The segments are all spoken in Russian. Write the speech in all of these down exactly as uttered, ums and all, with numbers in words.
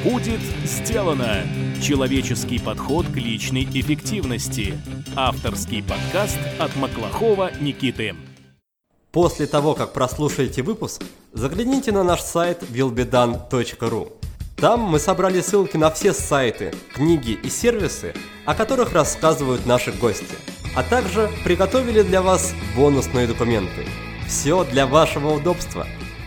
Будет сделано! Человеческий подход к личной эффективности. Авторский подкаст от Маклахова Никиты. После того, как прослушаете выпуск, загляните на наш сайт вилл би дан точка ру. Там мы собрали ссылки на все сайты, книги и сервисы, о которых рассказывают наши гости, а также приготовили для вас бонусные документы. Все для вашего удобства.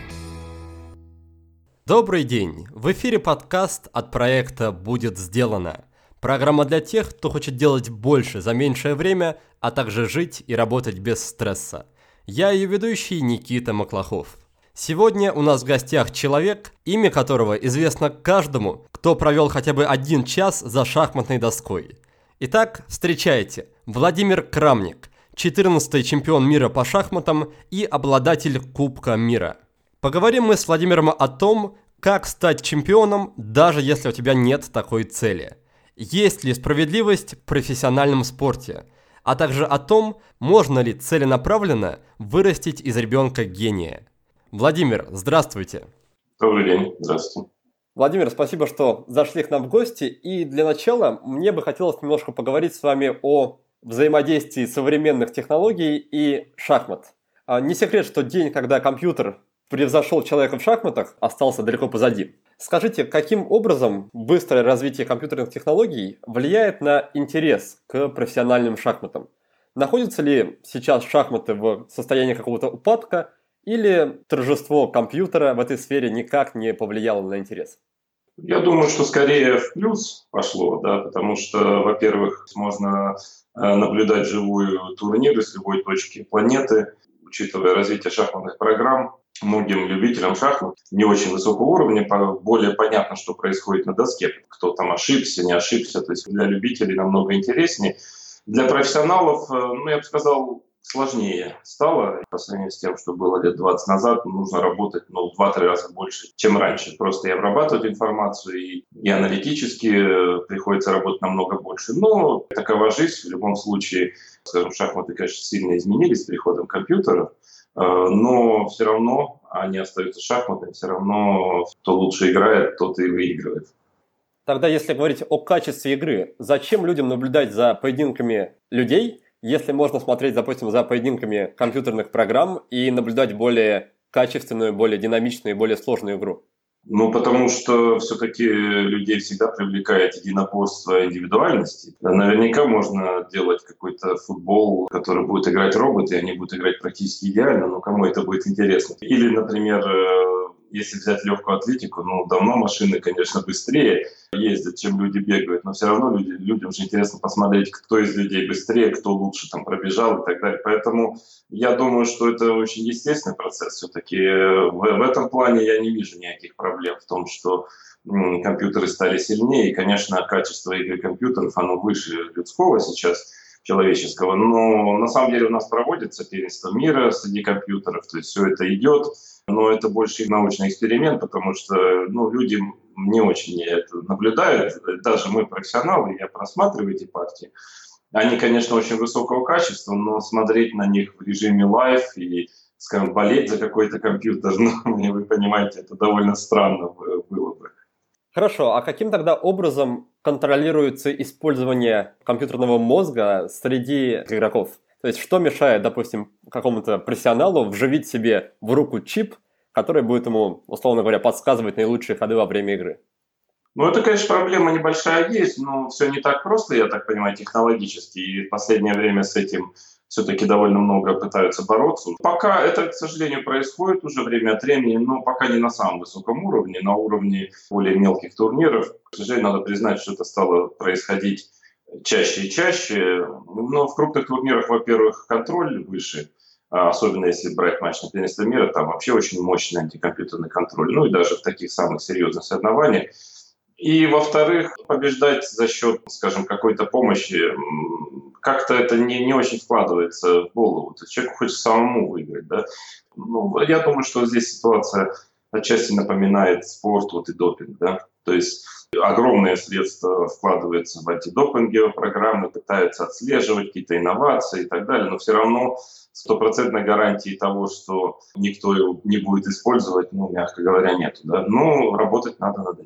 Добрый день! В эфире подкаст от проекта «Будет сделано». Программа для тех, кто хочет делать больше за меньшее время, а также жить и работать без стресса. Я ее ведущий Никита Маклахов. Сегодня у нас в гостях человек, имя которого известно каждому, кто провел хотя бы один час за шахматной доской. Итак, встречайте, Владимир Крамник, четырнадцатый чемпион мира по шахматам и обладатель Кубка мира. Поговорим мы с Владимиром о том, как стать чемпионом, даже если у тебя нет такой цели. Есть ли справедливость в профессиональном спорте? А также о том, можно ли целенаправленно вырастить из ребенка гения. Владимир, здравствуйте. Добрый день, здравствуйте. Владимир, спасибо, что зашли к нам в гости. И для начала мне бы хотелось немножко поговорить с вами о взаимодействии современных технологий и шахмат. Не секрет, что день, когда компьютер превзошел человека в шахматах, остался далеко позади. Скажите, каким образом быстрое развитие компьютерных технологий влияет на интерес к профессиональным шахматам? Находятся ли сейчас шахматы в состоянии какого-то упадка, или торжество компьютера в этой сфере никак не повлияло на интерес? Я думаю, что скорее в плюс пошло, да, потому что, во-первых, можно наблюдать живую турниры с любой точки планеты, учитывая развитие шахматных программ. Многим любителям шахмат не очень высокого уровня более понятно, что происходит на доске. Кто там ошибся, не ошибся. То есть для любителей намного интереснее. Для профессионалов, ну, я бы сказал, сложнее стало. По сравнению с тем, что было лет двадцать назад, нужно работать ну, в два-три раза больше, чем раньше. Просто и обрабатывать информацию, и, и аналитически приходится работать намного больше. Но такова жизнь. В любом случае, скажем, шахматы, конечно, сильно изменились с приходом компьютеров. Но все равно они остаются шахматами, все равно кто лучше играет, тот и выигрывает. Тогда, если говорить о качестве игры, зачем людям наблюдать за поединками людей, если можно смотреть, допустим, за поединками компьютерных программ и наблюдать более качественную, более динамичную и более сложную игру? Ну, потому что все-таки людей всегда привлекает единоборство индивидуальности. Наверняка можно делать какой-то футбол, который будет играть роботы, и они будут играть практически идеально, но кому это будет интересно? Или, например, если взять легкую атлетику, ну, давно машины, конечно, быстрее ездят, чем люди бегают, но все равно люди, людям же интересно посмотреть, кто из людей быстрее, кто лучше там пробежал и так далее. Поэтому я думаю, что это очень естественный процесс. Все-таки в, в этом плане я не вижу никаких проблем в том, что м, компьютеры стали сильнее. И, конечно, качество игры компьютеров, оно выше людского сейчас, человеческого. Но на самом деле у нас проводится первенство мира среди компьютеров, то есть все это идет. Но это больше научный эксперимент, потому что ну, люди не очень это наблюдают. Даже мы, профессионалы, я просматриваю эти партии. Они, конечно, очень высокого качества, но смотреть на них в режиме лайв и, скажем, болеть за какой-то компьютер, ну, вы понимаете, это довольно странно было бы. Хорошо, а каким тогда образом контролируется использование компьютерного мозга среди игроков? То есть что мешает, допустим, какому-то профессионалу вживить себе в руку чип, который будет ему, условно говоря, подсказывать наилучшие ходы во время игры? Ну, это, конечно, проблема небольшая есть, но все не так просто, я так понимаю, технологически. И в последнее время с этим все-таки довольно много пытаются бороться. Пока это, к сожалению, происходит уже время от времени, но пока не на самом высоком уровне, на уровне более мелких турниров. К сожалению, надо признать, что это стало происходить чаще и чаще. Но в крупных турнирах, во-первых, контроль выше, особенно если брать матч на первенство мира, там вообще очень мощный антикомпьютерный контроль. Ну и даже в таких самых серьезных соревнованиях. И, во-вторых, побеждать за счет, скажем, какой-то помощи, как-то это не, не очень вкладывается в голову. То есть человеку хочется самому выиграть. Да? Ну, я думаю, что здесь ситуация отчасти напоминает спорт вот и допинг. Да? То есть огромные средства вкладываются в антидопинговые программы, пытаются отслеживать какие-то инновации и так далее, но все равно стопроцентной гарантии того, что никто его не будет использовать, ну, мягко говоря, нет. Да? Но работать надо над этим.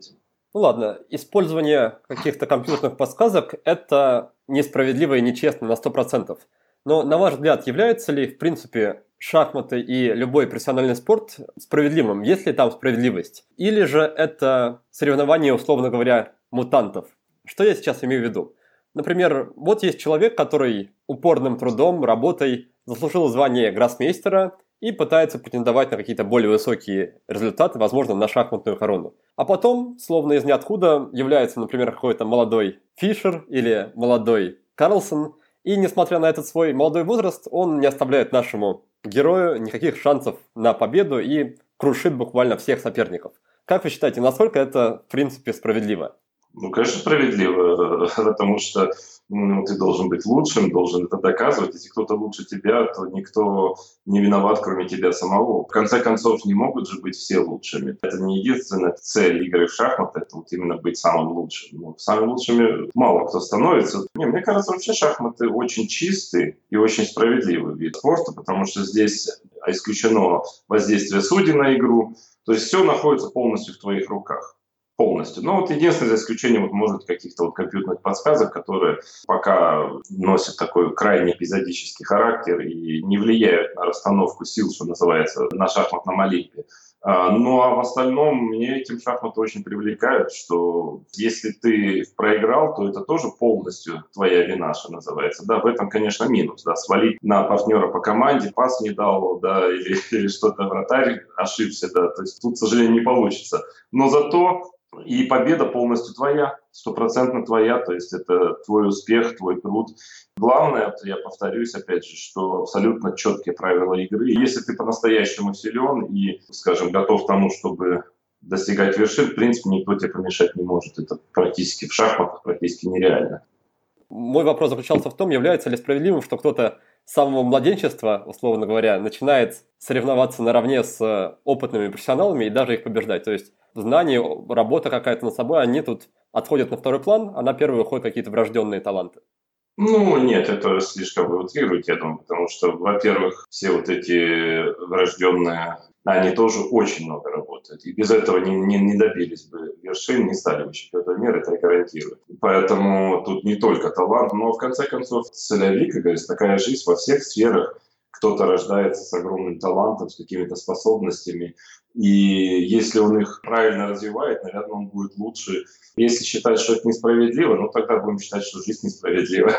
Ну ладно, использование каких-то компьютерных подсказок – это несправедливо и нечестно на сто процентов. Но, на ваш взгляд, являются ли, в принципе, шахматы и любой профессиональный спорт справедливым? Есть ли там справедливость? Или же это соревнование, условно говоря, мутантов? Что я сейчас имею в виду? Например, вот есть человек, который упорным трудом, работой заслужил звание гроссмейстера и пытается претендовать на какие-то более высокие результаты, возможно, на шахматную корону. А потом, словно из ниоткуда, является, например, какой-то молодой Фишер или молодой Карлсон, и, несмотря на этот свой молодой возраст, он не оставляет нашему герою никаких шансов на победу и крушит буквально всех соперников. Как вы считаете, насколько это, в принципе, справедливо? Ну, конечно, справедливо, потому что ну, ты должен быть лучшим, должен это доказывать. Если кто-то лучше тебя, то никто не виноват, кроме тебя самого. В конце концов, не могут же быть все лучшими. Это не единственная цель игры в шахматы, это вот именно быть самым лучшим. Ну, самыми лучшими мало кто становится. Не, мне кажется, вообще шахматы очень чистый и очень справедливый вид спорта, потому что здесь исключено воздействие судей на игру. То есть все находится полностью в твоих руках. Полностью. Но вот единственное, за исключением, вот, может, каких-то вот компьютерных подсказок, которые пока носят такой крайне эпизодический характер и не влияют на расстановку сил, что называется, на шахматном Олимпе. А, ну а в остальном мне этим шахматы очень привлекают, что если ты проиграл, то это тоже полностью твоя вина, что называется. Да, в этом, конечно, минус. Да, свалить на партнера по команде, пас не дал, да, или, или что-то вратарь ошибся, да, то есть тут, к сожалению, не получится. Но зато и победа полностью твоя, стопроцентно твоя, то есть это твой успех, твой труд. Главное, я повторюсь опять же, что абсолютно четкие правила игры. Если ты по-настоящему силен и, скажем, готов к тому, чтобы достигать вершин, в принципе, никто тебе помешать не может. Это практически в шахматах практически нереально. Мой вопрос заключался в том, является ли справедливым, что кто-то с самого младенчества, условно говоря, начинает соревноваться наравне с опытными профессионалами и даже их побеждать. То есть знания, работа какая-то над собой, они тут отходят на второй план, а на первый выходят какие-то врожденные таланты. Ну, нет, это слишком вы утрируете, я думаю, потому что, во-первых, все вот эти врожденные, они тоже очень много работают. И без этого не, не, не добились бы вершин, не стали бы чемпионом мира, это я гарантирую. Поэтому тут не только талант, но в конце концов, целевик, как говорится, такая жизнь во всех сферах. Кто-то рождается с огромным талантом, с какими-то способностями. И если он их правильно развивает, наверное, он будет лучше. Если считать, что это несправедливо, ну тогда будем считать, что жизнь несправедлива.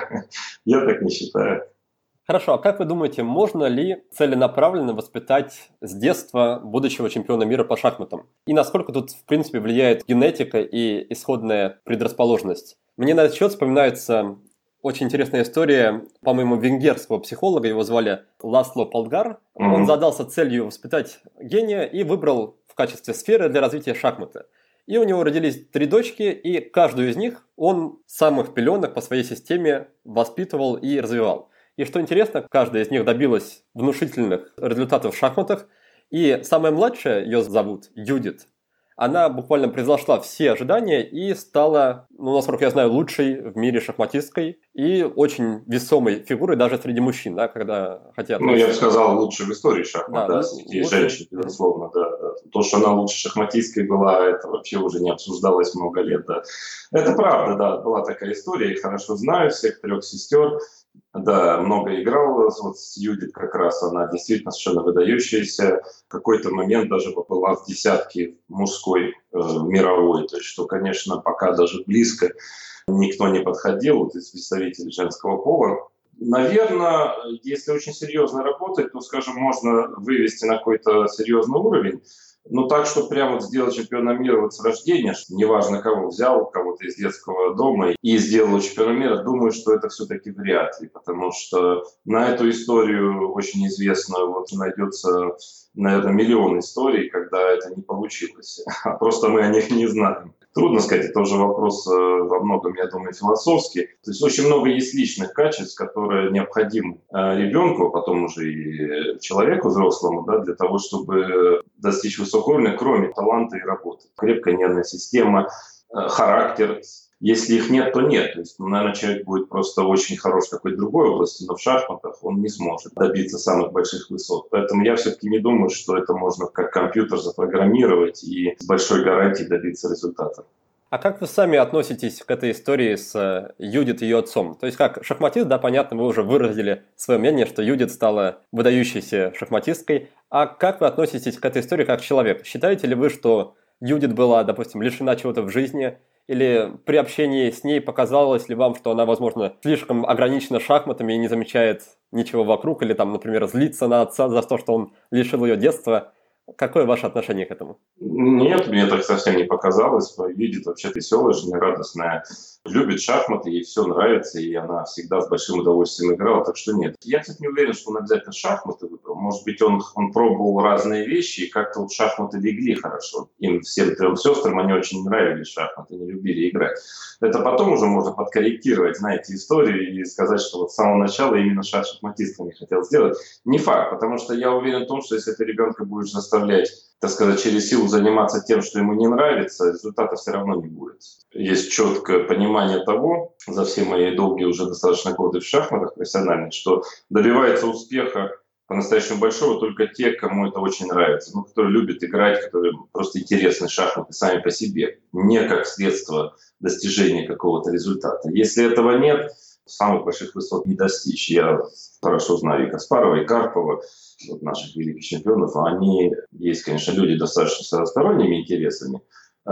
Я так не считаю. Хорошо, а как вы думаете, можно ли целенаправленно воспитать с детства будущего чемпиона мира по шахматам? И насколько тут, в принципе, влияет генетика и исходная предрасположенность? Мне на этот счет вспоминается очень интересная история, по-моему, венгерского психолога, его звали Ласло Полгар. Mm-hmm. Он задался целью воспитать гения и выбрал в качестве сферы для развития шахматы. И у него родились три дочки, и каждую из них он с самых пеленок по своей системе воспитывал и развивал. И что интересно, каждая из них добилась внушительных результатов в шахматах, и самая младшая, ее зовут Юдит, она буквально превзошла все ожидания и стала, ну, насколько я знаю, лучшей в мире шахматисткой и очень весомой фигурой даже среди мужчин, да, когда хотят... Ну, я бы сказал, лучшей в истории шахмат, да, да, среди лучшей... женщин, безусловно, да, да. То, что она лучше шахматисткой была, это вообще уже не обсуждалось много лет, да. Это правда, да, была такая история, я их хорошо знаю, всех трех сестер. Да, много играл вот с Юдит как раз, она действительно совершенно выдающаяся. В какой-то момент даже была в десятке мужской э, мировой, то есть что, конечно, пока даже близко никто не подходил вот из представителей женского пола. Наверное, если очень серьезно работать, то, скажем, можно вывести на какой-то серьезный уровень. Ну, так, что прямо вот сделать чемпиона мира вот с рождения, неважно кого взял, кого-то из детского дома и сделал чемпиона мира, думаю, что это все-таки вряд ли, потому что на эту историю очень известную вот найдется, наверное, миллион историй, когда это не получилось, а просто мы о них не знаем. Трудно сказать, это уже вопрос во многом, я думаю, философский. То есть очень много есть личных качеств, которые необходимы ребенку, а потом уже и человеку взрослому, да, для того, чтобы достичь высокого уровня, кроме таланта и работы. Крепкая нервная система, характер. Если их нет, то нет. То есть, ну, наверное, человек будет просто очень хорош в какой-то другой области, но в шахматах он не сможет добиться самых больших высот. Поэтому я все-таки не думаю, что это можно как компьютер запрограммировать и с большой гарантией добиться результата. А как вы сами относитесь к этой истории с Юдит и ее отцом? То есть как шахматист, да, понятно, вы уже выразили свое мнение, что Юдит стала выдающейся шахматисткой. А как вы относитесь к этой истории как человек? Считаете ли вы, что Юдит была, допустим, лишена чего-то в жизни? Или при общении с ней показалось ли вам, что она, возможно, слишком ограничена шахматами и не замечает ничего вокруг? Или там, например, злится на отца за то, что он лишил ее детства? Какое ваше отношение к этому? Нет, мне так совсем не показалось. Видит вообще веселая, жизнерадостная, любит шахматы, ей все нравится, и она всегда с большим удовольствием играла, так что нет. Я, кстати, не уверен, что он обязательно шахматы выбрал. Может быть, он, он пробовал разные вещи, и как-то вот шахматы легли хорошо. Им всем трем сестрам они очень нравились шахматы, не любили играть. Это потом уже можно подкорректировать, знаете, историю и сказать, что вот с самого начала именно шахматистом не хотел сделать. Не факт, потому что я уверен в том, что если ты ребенка будешь заставлять, так сказать, через силу заниматься тем, что ему не нравится, результата все равно не будет. Есть четкое понимание того, за все мои долгие уже достаточно годы в шахматах профессиональных, что добивается успеха по-настоящему большого только те, кому это очень нравится, ну, которые любят играть, которые просто интересны шахматы сами по себе, не как средство достижения какого-то результата. Если этого нет, самых больших высот не достичь. Я хорошо знаю и Каспарова, и Карпова, вот наших великих чемпионов. Они, есть, конечно, люди достаточно с разносторонними интересами,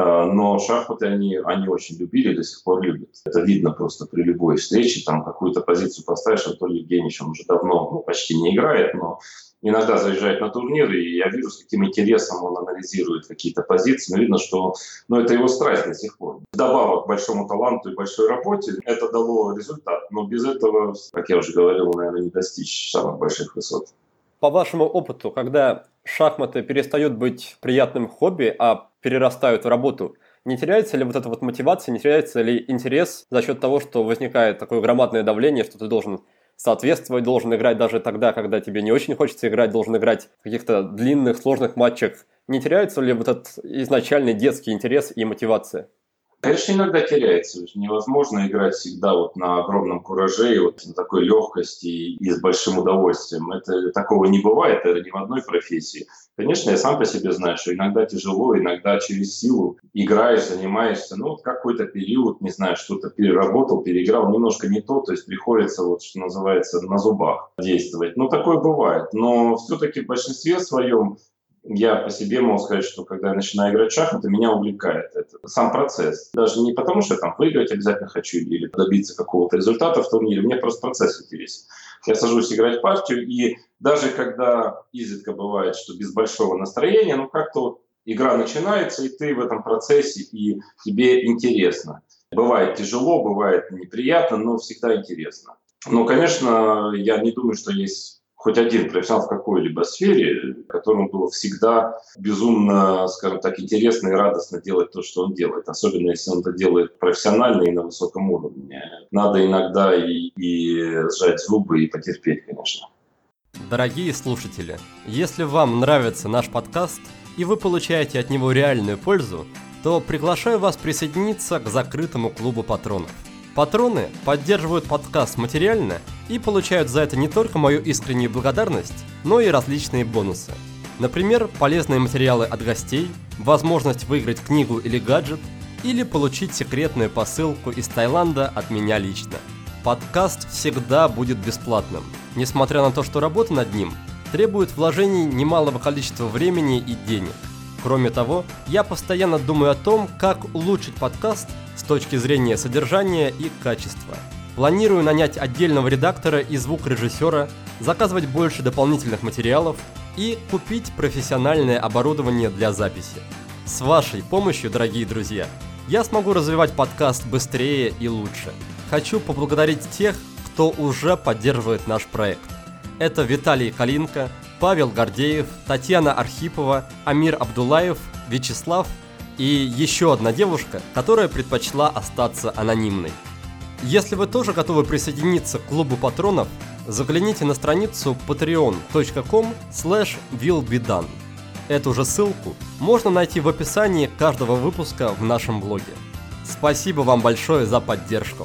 но шахматы они, они очень любили и до сих пор любят. Это видно просто при любой встрече. Там какую-то позицию поставишь, Анатолий Евгеньевич, он уже давно, ну, почти не играет, но иногда заезжает на турниры, и я вижу, с каким интересом он анализирует какие-то позиции. Но видно, что ну, это его страсть до сих пор. Вдобавок к большому таланту и большой работе это дало результат. Но без этого, как я уже говорил, наверное, не достичь самых больших высот. По вашему опыту, когда шахматы перестают быть приятным хобби, а перерастают в работу, не теряется ли вот эта вот мотивация, не теряется ли интерес за счет того, что возникает такое громадное давление, что ты должен соответствовать, должен играть даже тогда, когда тебе не очень хочется играть, должен играть в каких-то длинных, сложных матчах. Не теряется ли вот этот изначальный детский интерес и мотивация? Конечно, иногда теряется. Невозможно играть всегда вот на огромном кураже, и вот на такой легкости и с большим удовольствием. Это, такого не бывает, это ни в одной профессии. Конечно, я сам по себе знаю, что иногда тяжело, иногда через силу играешь, занимаешься. Ну, вот какой-то период, не знаю, что-то переработал, переиграл, немножко не то, то есть приходится, вот, что называется, на зубах действовать. Ну, такое бывает. Но все-таки в большинстве своем я по себе могу сказать, что когда я начинаю играть в шахматы, меня увлекает это. Сам процесс. Даже не потому, что я там выиграть обязательно хочу или добиться какого-то результата в турнире. Мне просто процесс интересен. Я сажусь играть партию, и даже когда изредка бывает, что без большого настроения, ну как-то вот игра начинается, и ты в этом процессе, и тебе интересно. Бывает тяжело, бывает неприятно, но всегда интересно. Но, конечно, я не думаю, что есть хоть один профессионал в какой-либо сфере, которому было всегда безумно, скажем так, интересно и радостно делать то, что он делает. Особенно, если он это делает профессионально и на высоком уровне. Надо иногда и, и сжать зубы, и потерпеть, конечно. Дорогие слушатели, если вам нравится наш подкаст, и вы получаете от него реальную пользу, то приглашаю вас присоединиться к закрытому клубу патронов. Патроны поддерживают подкаст материально и получают за это не только мою искреннюю благодарность, но и различные бонусы. Например, полезные материалы от гостей, возможность выиграть книгу или гаджет, или получить секретную посылку из Таиланда от меня лично. Подкаст всегда будет бесплатным, несмотря на то, что работа над ним требует вложений немалого количества времени и денег. Кроме того, я постоянно думаю о том, как улучшить подкаст с точки зрения содержания и качества. Планирую нанять отдельного редактора и звукорежиссера, заказывать больше дополнительных материалов и купить профессиональное оборудование для записи. С вашей помощью, дорогие друзья, я смогу развивать подкаст быстрее и лучше. Хочу поблагодарить тех, кто уже поддерживает наш проект. Это Виталий Калинко, Павел Гордеев, Татьяна Архипова, Амир Абдулаев, Вячеслав и еще одна девушка, которая предпочла остаться анонимной. Если вы тоже готовы присоединиться к клубу патронов, загляните на страницу patreon точка com слэш willbedone. Эту же ссылку можно найти в описании каждого выпуска в нашем блоге. Спасибо вам большое за поддержку.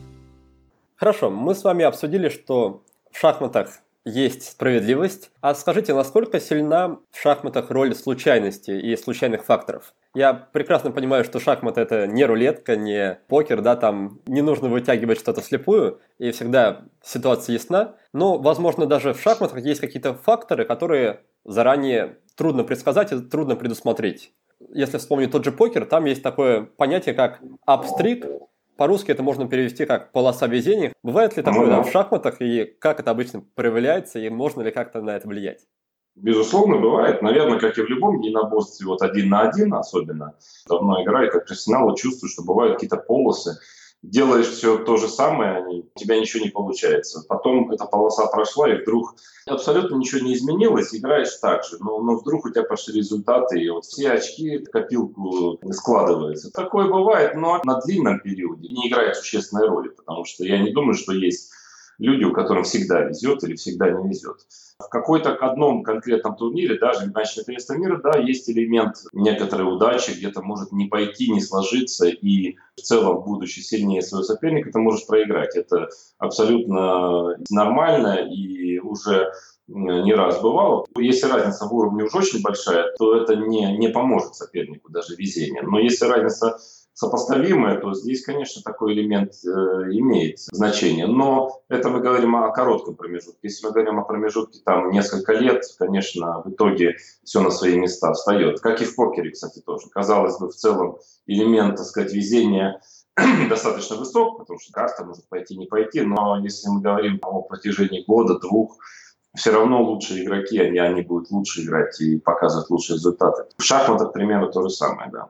Хорошо, мы с вами обсудили, что в шахматах есть справедливость. А скажите, насколько сильна в шахматах роль случайности и случайных факторов? Я прекрасно понимаю, что шахматы — это не рулетка, не покер, да, там не нужно вытягивать что-то вслепую, и всегда ситуация ясна. Но, возможно, даже в шахматах есть какие-то факторы, которые заранее трудно предсказать и трудно предусмотреть. Если вспомнить тот же покер, там есть такое понятие, как апстрик. По-русски это можно перевести как полоса везения. Бывает ли такое, да, в шахматах, и как это обычно проявляется, и можно ли как-то на это влиять? Безусловно, бывает. Наверное, как и в любом единоборстве, вот один на один особенно. Давно играю, как профессионал, чувствую, что бывают какие-то полосы. Делаешь все то же самое, у тебя ничего не получается. Потом эта полоса прошла, и вдруг абсолютно ничего не изменилось, играешь так же. Но, но вдруг у тебя пошли результаты, и вот все очки в копилку складываются. Такое бывает, но на длинном периоде не играет существенной роли, потому что я не думаю, что есть люди, у которых всегда везет или всегда не везет. В какой-то одном конкретном турнире, даже в матче первенства мира, да, есть элемент некоторой удачи, где-то может не пойти, не сложиться, и в целом, будучи сильнее своего соперника, ты можешь проиграть. Это абсолютно нормально и уже не раз бывало. Если разница в уровне уж очень большая, то это не, не поможет сопернику, даже везение. Но если разница сопоставимое, то здесь, конечно, такой элемент э, имеет значение. Но это мы говорим о коротком промежутке. Если мы говорим о промежутке там несколько лет, конечно, в итоге все на свои места встает. Как и в покере, кстати, тоже. Казалось бы, в целом элемент, так сказать, везения достаточно высок, потому что карта может пойти, не пойти. Но если мы говорим о протяжении года, двух, все равно лучшие игроки, они, они будут лучше играть и показывать лучшие результаты. В шахматах примерно то же самое, да.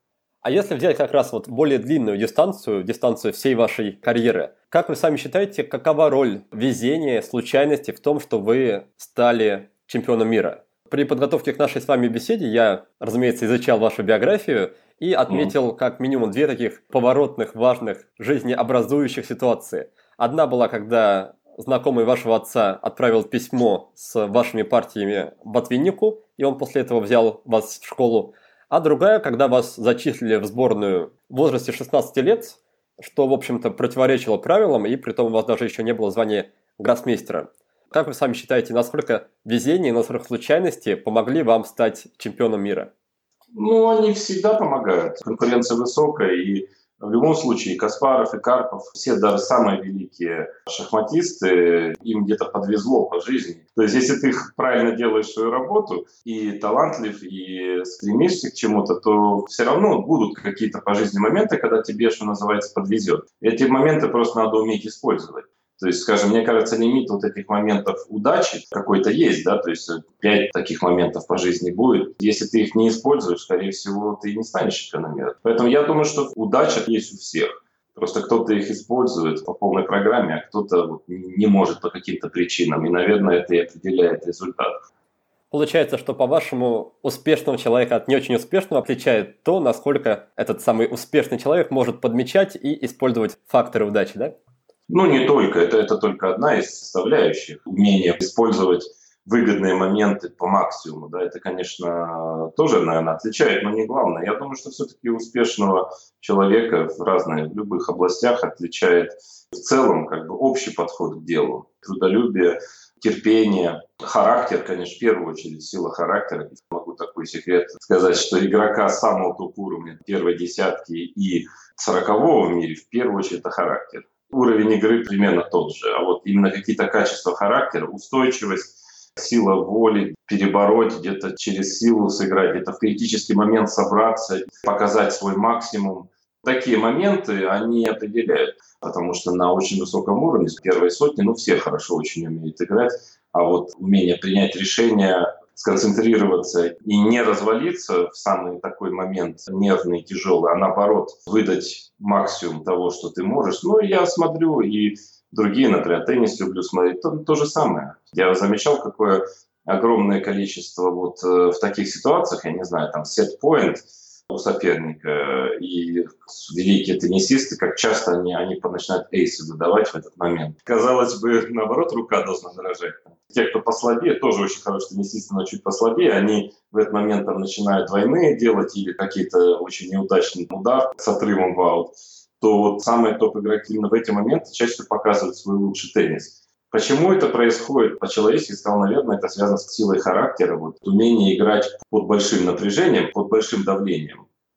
А если взять как раз вот более длинную дистанцию, дистанцию всей вашей карьеры, как вы сами считаете, какова роль везения, случайности в том, что вы стали чемпионом мира? При подготовке к нашей с вами беседе я, разумеется, изучал вашу биографию и отметил как минимум две таких поворотных, важных, жизнеобразующих ситуации. Одна была, когда знакомый вашего отца отправил письмо с вашими партиями Ботвиннику, и он после этого взял вас в школу. А другая, когда вас зачислили в сборную в возрасте шестнадцати лет, что, в общем-то, противоречило правилам, и при том у вас даже еще не было звания гроссмейстера. Как вы сами считаете, насколько везение и насколько случайности помогли вам стать чемпионом мира? Ну, они всегда помогают. Конкуренция высокая, и в любом случае Каспаров и Карпов, все даже самые великие шахматисты, им где-то подвезло по жизни. То есть если ты правильно делаешь свою работу, и талантлив, и стремишься к чему-то, то все равно будут какие-то по жизни моменты, когда тебе, что называется, подвезет. И эти моменты просто надо уметь использовать. То есть, скажем, мне кажется, лимит вот этих моментов удачи какой-то есть, да, то есть пять таких моментов по жизни будет. Если ты их не используешь, скорее всего, ты не станешь чемпионом мира. Поэтому я думаю, что удача есть у всех. Просто кто-то их использует по полной программе, а кто-то вот не может по каким-то причинам. И, наверное, это и определяет результат. Получается, что, по-вашему, успешного человека от не очень успешного отличает то, насколько этот самый успешный человек может подмечать и использовать факторы удачи, да? Ну, не только. Это, это только одна из составляющих. Умение использовать выгодные моменты по максимуму. Да, это, конечно, тоже, наверное, отличает, но не главное. Я думаю, что все-таки успешного человека в разных, в любых областях отличает в целом как бы общий подход к делу. Трудолюбие, терпение, характер, конечно, в первую очередь, сила характера. Могу такой секрет сказать, что игрока самого топ-уровня первой десятки и сорокового в мире в первую очередь это характер. Уровень игры примерно тот же, а вот именно какие-то качества характера, устойчивость, сила воли, перебороть, где-то через силу сыграть, где-то в критический момент собраться, показать свой максимум. Такие моменты, они определяют, потому что на очень высоком уровне, с первой сотни, ну, все хорошо очень умеют играть, а вот умение принять решение, сконцентрироваться и не развалиться в самый такой момент нервный, тяжелый, а наоборот выдать максимум того, что ты можешь. Ну, я смотрю, и другие, например, теннис люблю смотреть, то, то же самое. Я замечал, какое огромное количество вот э, в таких ситуациях, я не знаю, там, сет-поинт у соперника, и великие теннисисты, как часто они, они начинают эйсы выдавать в этот момент. Казалось бы, наоборот, рука должна дрожать. Те, кто послабее, тоже очень хорошие теннисисты, но чуть послабее, они в этот момент там начинают двойные делать или какие-то очень неудачные удары с отрывом в аут, то вот самые топ-игроки именно в эти моменты чаще всего показывают свой лучший теннис. Почему это происходит? По-человечески сказал, наверное, это связано с силой характера, вот, умение играть под большим напряжением, под большим давлением.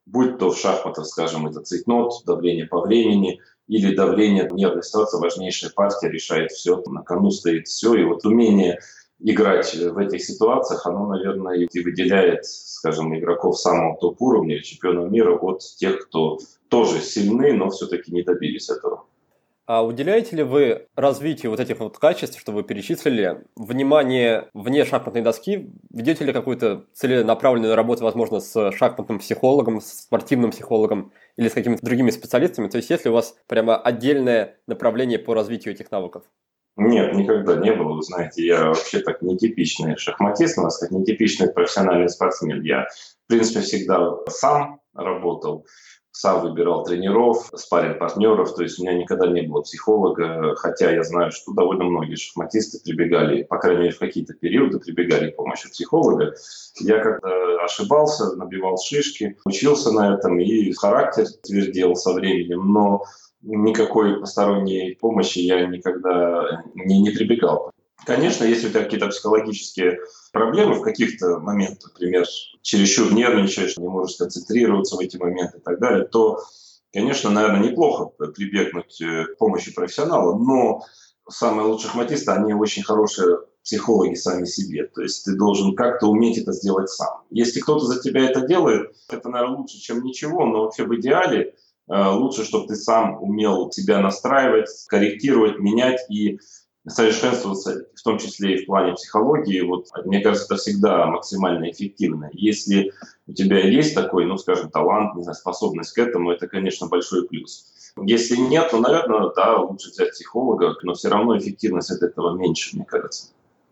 Будь то в шахматах, скажем, это цейтнот, давление по времени, или давление, нервная ситуация, важнейшая партия решает все, на кону стоит все. И вот умение играть в этих ситуациях, оно, наверное, и выделяет, скажем, игроков самого топ-уровня или чемпионов мира от тех, кто тоже сильны, но все-таки не добились этого. А уделяете ли вы развитию вот этих вот качеств, что вы перечислили, внимание вне шахматной доски? Ведете ли какую-то целенаправленную работу, возможно, с шахматным психологом, с спортивным психологом или с какими-то другими специалистами? То есть есть ли у вас прямо отдельное направление по развитию этих навыков? Нет, никогда не было. Вы знаете, я вообще так нетипичный шахматист, у нас как нетипичный профессиональный спортсмен. Я, в принципе, всегда сам работал, сам выбирал тренеров, спарринг-партнеров, то есть у меня никогда не было психолога, хотя я знаю, что довольно многие шахматисты прибегали, по крайней мере, в какие-то периоды прибегали к помощи психолога. Я как-то ошибался, набивал шишки, учился на этом и характер твердел со временем, но никакой посторонней помощи я никогда не, не прибегал. Конечно, если у тебя какие-то психологические проблемы в каких-то моментах, например, чересчур нервничаешь, не можешь концентрироваться в эти моменты и так далее, то, конечно, наверное, неплохо прибегнуть к помощи профессионала, но самые лучшие шахматисты, они очень хорошие психологи сами себе. То есть ты должен как-то уметь это сделать сам. Если кто-то за тебя это делает, это, наверное, лучше, чем ничего, но вообще в идеале лучше, чтобы ты сам умел себя настраивать, корректировать, менять и совершенствоваться, в том числе и в плане психологии. Вот, мне кажется, это всегда максимально эффективно. Если у тебя есть такой, ну, скажем, талант, не знаю, способность к этому, это, конечно, большой плюс. Если нет, то, наверное, да, лучше взять психолога, но все равно эффективность от этого меньше, мне кажется.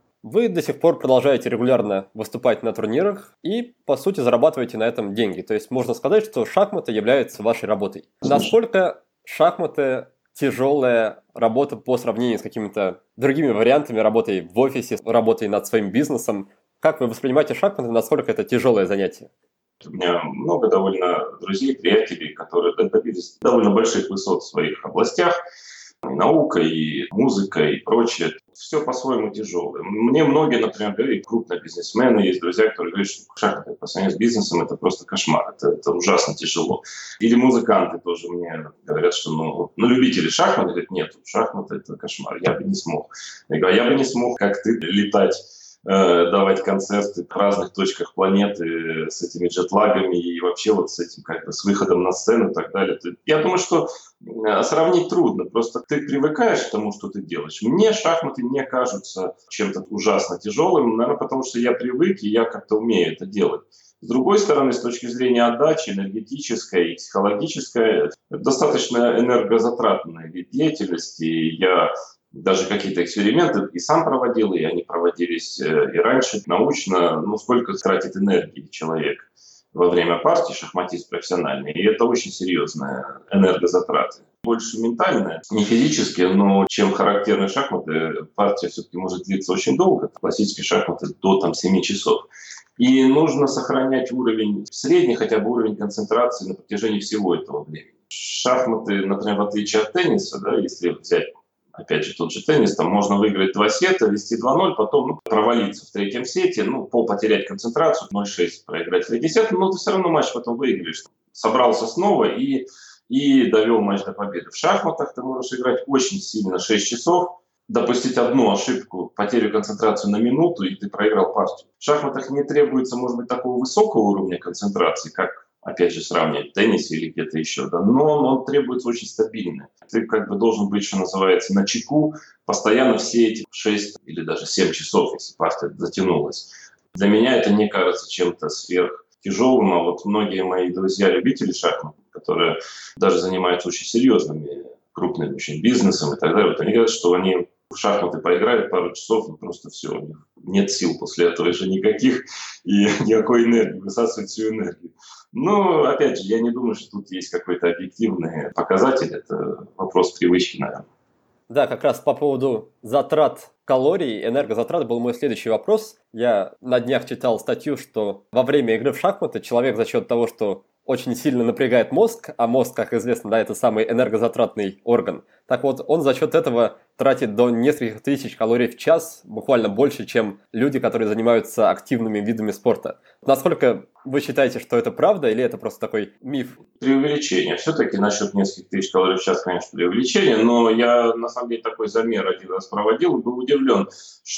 Вы до сих пор продолжаете регулярно выступать на турнирах и, по сути, зарабатываете на этом деньги. То есть можно сказать, что шахматы являются вашей работой. Насколько шахматы тяжелая работа по сравнению с какими-то другими вариантами работы в офисе, работой над своим бизнесом? Как вы воспринимаете шахматы, насколько это тяжелое занятие? У меня много довольно друзей, приятелей, которые добились довольно больших высот в своих областях. И наука, и музыка, и прочее. Все по-своему тяжелое. Мне многие, например, говорят, крупные бизнесмены, есть друзья, которые говорят, что шахматы по сравнению с бизнесом это просто кошмар, это, это ужасно тяжело. Или музыканты тоже мне говорят, что ну, ну любители шахмат, говорят, нет, шахматы это кошмар, я бы не смог. Я говорю, я бы не смог, как ты, летать, давать концерты в разных точках планеты с этими джетлагами и вообще вот с этим как бы с выходом на сцену и так далее. Я думаю, что сравнить трудно. Просто ты привыкаешь к тому, что ты делаешь. Мне шахматы не кажутся чем-то ужасно тяжелым, наверное, потому что я привык и я как-то умею это делать. С другой стороны, с точки зрения отдачи энергетической и психологической, это достаточно энергозатратная вид деятельности. Я даже какие-то эксперименты и сам проводил, и они проводились и раньше научно. Ну, сколько тратит энергии человек во время партии, шахматист профессиональный. И это очень серьезные энергозатраты. Больше ментальные, не физические, но чем характерны шахматы, партия все-таки может длиться очень долго. Классические шахматы до там, семи часов. И нужно сохранять уровень, средний хотя бы уровень концентрации на протяжении всего этого времени. Шахматы, например, в отличие от тенниса, да, если взять опять же, тот же теннис, там можно выиграть два сета, вести два ноль, потом ну, провалиться в третьем сете, ну, пол потерять концентрацию, ноль шесть проиграть в третий сет, но ты все равно матч потом выиграешь. Собрался снова и, и довел матч до победы. В шахматах ты можешь играть очень сильно шесть часов, допустить одну ошибку, потерю концентрации на минуту, и ты проиграл партию. В шахматах не требуется, может быть, такого высокого уровня концентрации, как опять же, сравнивать в теннисе или где-то еще, да, но он требуется очень стабильно. Ты как бы должен быть, что называется, на чеку постоянно все эти шесть или даже семь часов, если партия затянулась. Для меня это не кажется чем-то сверхтяжелым, а вот многие мои друзья-любители шахмат, которые даже занимаются очень серьезными, крупным очень бизнесом и так далее, вот они говорят, что они в шахматы поиграют пару часов, и просто все, у них нет сил после этого уже никаких, и никакой энергии, высасывают всю энергию. Но, опять же, я не думаю, что тут есть какой-то объективный показатель, это вопрос привычки, наверное. Да, как раз по поводу затрат калорий, энергозатрат был мой следующий вопрос. Я на днях читал статью, что во время игры в шахматы человек за счет того, что очень сильно напрягает мозг, а мозг, как известно, да, это самый энергозатратный орган. Так вот, он за счет этого тратит до нескольких тысяч калорий в час, буквально больше, чем люди, которые занимаются активными видами спорта. Насколько вы считаете, что это правда, или это просто такой миф? Преувеличение. Все-таки насчет нескольких тысяч калорий в час, конечно, преувеличение, но я, на самом деле, такой замер один раз проводил и был удивлен,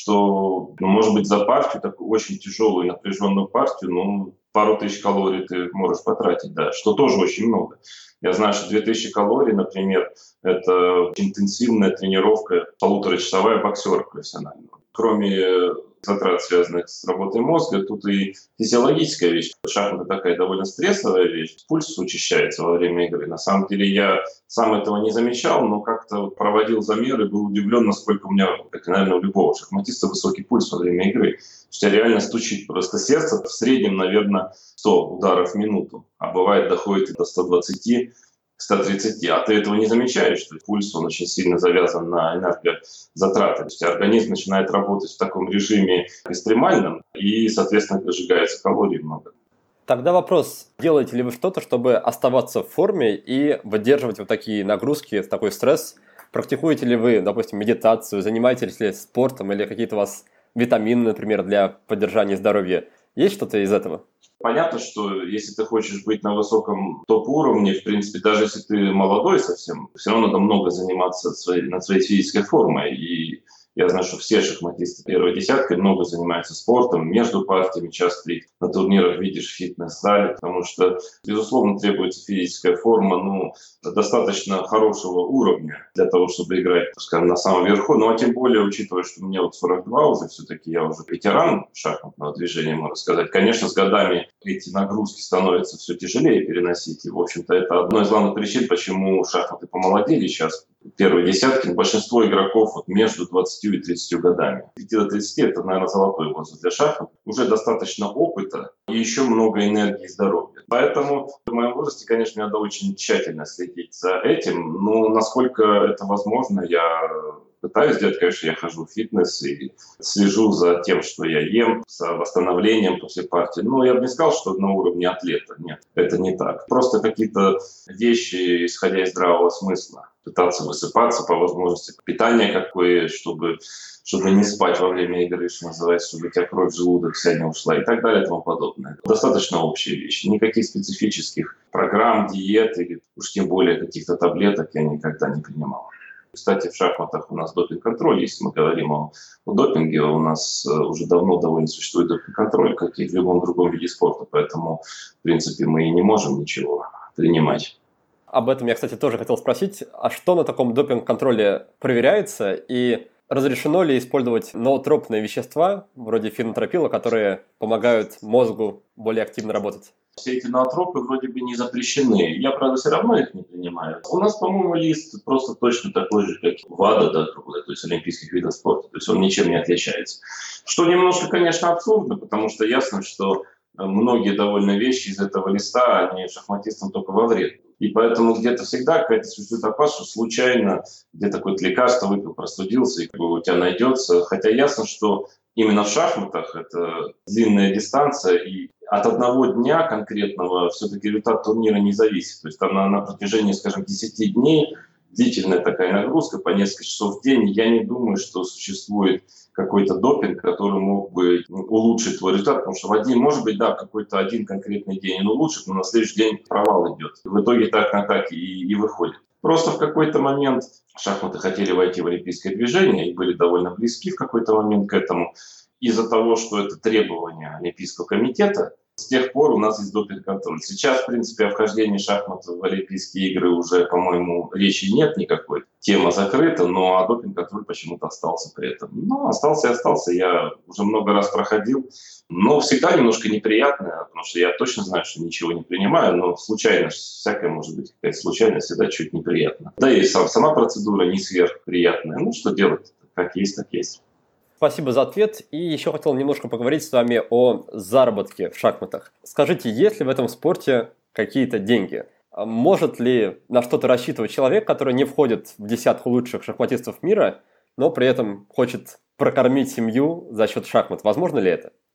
что, ну, может быть, за партию, такую очень тяжелую, напряженную партию, ну, пару тысяч калорий ты можешь потратить, да, что тоже очень много. Я знаю, что две тысячи калорий, например, это интенсивная тренировка, полуторачасовая боксера профессионального. Кроме затрат, связанных с работой мозга, тут и физиологическая вещь. Шахматы такая довольно стрессовая вещь. Пульс учащается во время игры. На самом деле я сам этого не замечал, но как-то проводил замеры и был удивлен, насколько у меня, как и, наверное, у любого шахматиста, высокий пульс во время игры. У тебя реально стучит просто сердце. В среднем, наверное, сто ударов в минуту, а бывает доходит и до ста двадцати. сто тридцать, а ты этого не замечаешь, что пульс, он очень сильно завязан на энергозатраты. То есть организм начинает работать в таком режиме экстремальном, и, соответственно, сжигается калорий много. Тогда вопрос, делаете ли вы что-то, чтобы оставаться в форме и выдерживать вот такие нагрузки, такой стресс? Практикуете ли вы, допустим, медитацию, занимаетесь ли спортом или какие-то у вас витамины, например, для поддержания здоровья? Есть что-то из этого? Понятно, что если ты хочешь быть на высоком топ-уровне, в принципе, даже если ты молодой совсем, все равно надо много заниматься своей, над своей физической формой. И я знаю, что все шахматисты первой десятки много занимаются спортом, между партиями часто и на турнирах видишь в фитнес-зале, потому что, безусловно, требуется физическая форма, ну, достаточно хорошего уровня для того, чтобы играть, скажем, на самом верху. Ну, а тем более, учитывая, что мне вот сорок два уже, все-таки я уже ветеран шахматного движения, можно сказать. Конечно, с годами эти нагрузки становятся все тяжелее переносить. И, в общем-то, это одна из главных причин, почему шахматы помолодели сейчас. Первые десятки, большинство игроков вот между двадцатью и тридцатью годами. С пяти до тридцати это, наверное, золотой возраст для шахмат. Уже достаточно опыта и еще много энергии и здоровья. Поэтому в моем возрасте, конечно, надо очень тщательно следить за этим. Но насколько это возможно, я пытаюсь делать. Конечно, я хожу в фитнес и слежу за тем, что я ем, за восстановлением после партии. Но я бы не сказал, что на уровне атлета. Нет, это не так. Просто какие-то вещи, исходя из здравого смысла. Пытаться высыпаться по возможности, питание какое, чтобы, чтобы не спать во время игры, что называется, чтобы у тебя кровь в желудок вся не ушла и так далее и тому подобное. Достаточно общие вещи. Никаких специфических программ, диет или уж тем более каких-то таблеток я никогда не принимал. Кстати, в шахматах у нас допинг-контроль. Если мы говорим о, о допинге, у нас уже давно довольно существует допинг-контроль, как и в любом другом виде спорта. Поэтому, в принципе, мы и не можем ничего принимать. Об этом я, кстати, тоже хотел спросить. А что на таком допинг-контроле проверяется? И разрешено ли использовать ноотропные вещества, вроде фенотропила, которые помогают мозгу более активно работать? Все эти ноотропы вроде бы не запрещены. Я, правда, все равно их не принимаю. У нас, по-моему, лист просто точно такой же, как ВАДА, да, то есть олимпийских видов спорта. То есть он ничем не отличается. Что немножко, конечно, абсурдно, потому что ясно, что многие довольно вещи из этого листа, они шахматистам только во вред. И поэтому где-то всегда какая-то существует опасность, что случайно где-то какое-то лекарство выпил, простудился, и как бы у тебя найдется. Хотя ясно, что именно в шахматах это длинная дистанция, и от одного дня конкретного все-таки результат турнира не зависит. То есть там на, на протяжении, скажем, десяти дней длительная такая нагрузка по несколько часов в день. Я не думаю, что существует какой-то допинг, который мог бы улучшить твой результат, потому что в один, может быть, да, какой-то один конкретный день он улучшит, но на следующий день провал идет. В итоге так на так и, и выходит. Просто в какой-то момент шахматы хотели войти в олимпийское движение и были довольно близки в какой-то момент к этому. Из-за того, что это требование Олимпийского комитета, с тех пор у нас есть допинг-контроль. Сейчас, в принципе, о вхождении шахмат в Олимпийские игры уже, по-моему, речи нет никакой. Тема закрыта, но а допинг-контроль почему-то остался при этом. Ну, остался и остался. Я уже много раз проходил. Но всегда немножко неприятно, потому что я точно знаю, что ничего не принимаю, но случайно, всякое может быть, какая-то случайность, всегда чуть неприятно. Да и сам, сама процедура не сверхприятная. Ну, что делать? Как есть, так есть. Спасибо за ответ. И еще хотел немножко поговорить с вами о заработке в шахматах. Скажите, есть ли в этом спорте какие-то деньги? Может ли на что-то рассчитывать человек, который не входит в десятку лучших шахматистов мира, но при этом хочет прокормить семью за счет шахмат? Возможно ли это?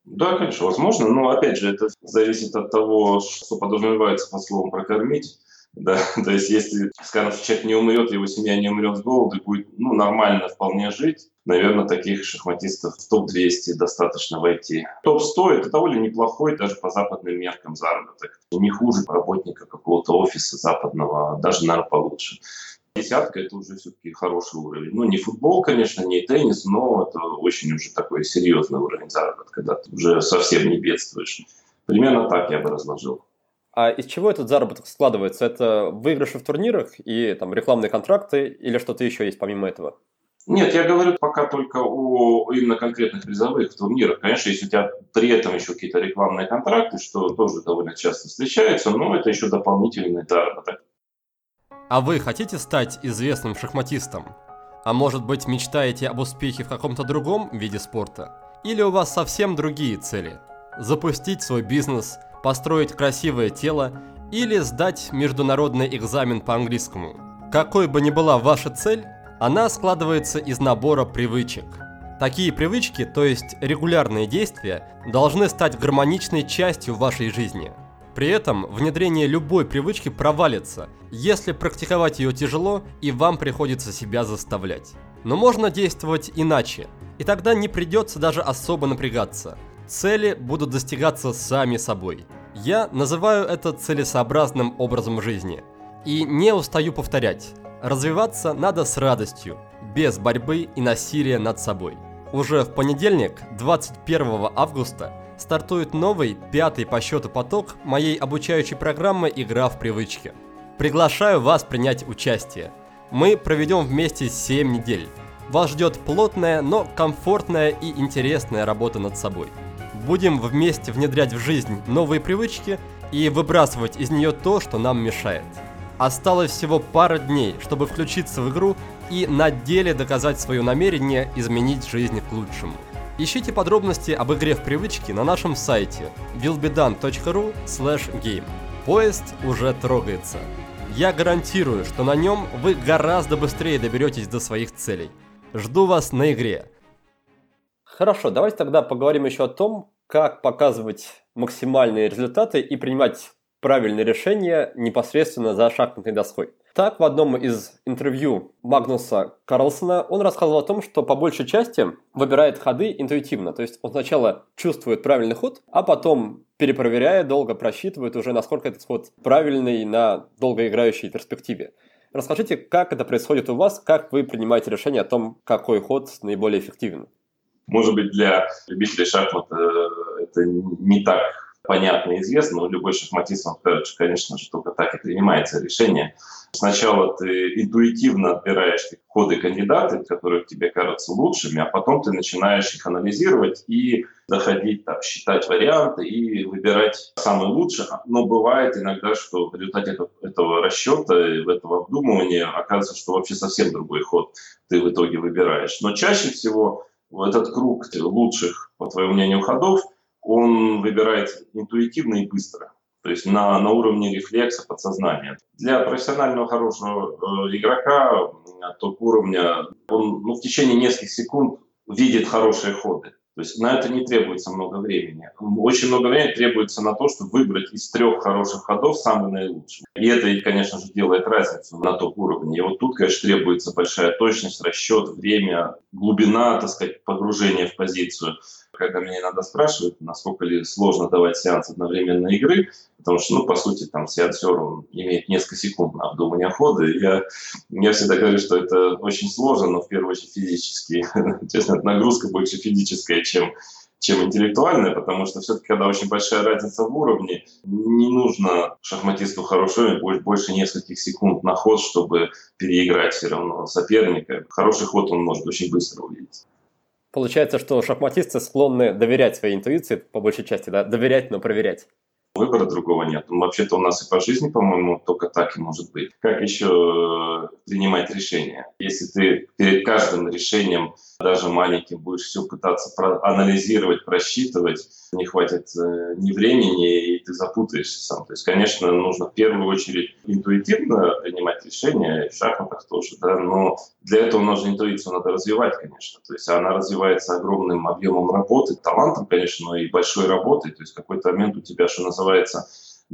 Да, конечно, возможно, но опять же это зависит от того, что подразумевается под словом «прокормить». Да, то есть если, скажем, человек не умрет, его семья не умрет с голоду и будет ну, нормально вполне жить, наверное, таких шахматистов в топ двести достаточно войти. топ сто – это довольно неплохой даже по западным меркам заработок. Не хуже работника какого-то офиса западного, даже, наверное, получше. Десятка – это уже все-таки хороший уровень. Ну, не футбол, конечно, не теннис, но это очень уже такой серьезный уровень заработка, когда ты уже совсем не бедствуешь. Примерно так я бы разложил. А из чего этот заработок складывается? Это выигрыши в турнирах и там рекламные контракты или что-то еще есть помимо этого? Нет, я говорю пока только о именно конкретных призовых турнирах. Конечно, если у тебя при этом еще какие-то рекламные контракты, что тоже довольно часто встречается, но это еще дополнительный заработок. А вы хотите стать известным шахматистом? А может быть, мечтаете об успехе в каком-то другом виде спорта? Или у вас совсем другие цели? Запустить свой бизнес, построить красивое тело или сдать международный экзамен по английскому? Какой бы ни была ваша цель, она складывается из набора привычек. Такие привычки, то есть регулярные действия, должны стать гармоничной частью вашей жизни. При этом внедрение любой привычки провалится, если практиковать ее тяжело и вам приходится себя заставлять. Но можно действовать иначе, и тогда не придется даже особо напрягаться. Цели будут достигаться сами собой. Я называю это целесообразным образом жизни. И не устаю повторять, развиваться надо с радостью, без борьбы и насилия над собой. Уже в понедельник, двадцать первого августа, стартует новый, пятый по счету поток моей обучающей программы «Игра в привычки». Приглашаю вас принять участие. Мы проведем вместе семь недель. Вас ждет плотная, но комфортная и интересная работа над собой. Будем вместе внедрять в жизнь новые привычки и выбрасывать из нее то, что нам мешает. Осталось всего пара дней, чтобы включиться в игру и на деле доказать свое намерение изменить жизнь к лучшему. Ищите подробности об игре в привычки на нашем сайте willbedone точка ру слэш гейм. Поезд уже трогается. Я гарантирую, что на нем вы гораздо быстрее доберетесь до своих целей. Жду вас на игре. Хорошо, давайте тогда поговорим еще о том, как показывать максимальные результаты и принимать правильные решения непосредственно за шахматной доской. Так, в одном из интервью Магнуса Карлсона он рассказывал о том, что по большей части выбирает ходы интуитивно. То есть он сначала чувствует правильный ход, а потом, перепроверяя, долго просчитывает уже, насколько этот ход правильный на долгоиграющей перспективе. Расскажите, как это происходит у вас, как вы принимаете решение о том, какой ход наиболее эффективен? Может быть, для любителей шахмат это не так понятно и известно, но любой шахматист, он скажет, что, конечно же, только так и принимается решение. Сначала ты интуитивно отбираешь ходы кандидатов, которые тебе кажутся лучшими, а потом ты начинаешь их анализировать и доходить, там, считать варианты и выбирать самый лучший. Но бывает иногда, что в результате этого, этого расчета, этого обдумывания оказывается, что вообще совсем другой ход ты в итоге выбираешь. Но чаще всего этот круг лучших, по твоему мнению, ходов, он выбирается интуитивно и быстро, то есть на, на уровне рефлекса, подсознания. Для профессионального хорошего э, игрока топ-уровня он ну, в течение нескольких секунд видит хорошие ходы. То есть на это не требуется много времени. Очень много времени требуется на то, чтобы выбрать из трех хороших ходов самый наилучший. И это, конечно же, делает разницу на топ-уровне. И вот тут, конечно, требуется большая точность, расчет, время, глубина, так сказать, погружения в позицию. Когда меня иногда спрашивают, насколько ли сложно давать сеанс одновременной игры, потому что, ну, по сути, там сеансер, он имеет несколько секунд на обдумывание хода. Я, я всегда говорю, что это очень сложно, но в первую очередь физически. Честно, нагрузка больше физическая, чем, чем интеллектуальная, потому что все-таки, когда очень большая разница в уровне, не нужно шахматисту хорошо больше, больше нескольких секунд на ход, чтобы переиграть все равно соперника. Хороший ход он может очень быстро увидеть. Получается, что шахматисты склонны доверять своей интуиции, по большей части, да, доверять, но проверять. Выбора другого нет. Ну, вообще-то у нас и по жизни, по-моему, только так и может быть. Как еще принимать решения? Если ты перед каждым решением, даже маленьким, будешь все пытаться проанализировать, просчитывать, не хватит э, ни времени, и ты запутаешься сам. То есть, конечно, нужно в первую очередь интуитивно принимать решения, в шахматах тоже, да, но для этого нужно интуицию надо развивать, конечно. То есть она развивается огромным объемом работы, талантом, конечно, но и большой работой. То есть в какой-то момент у тебя, что называется,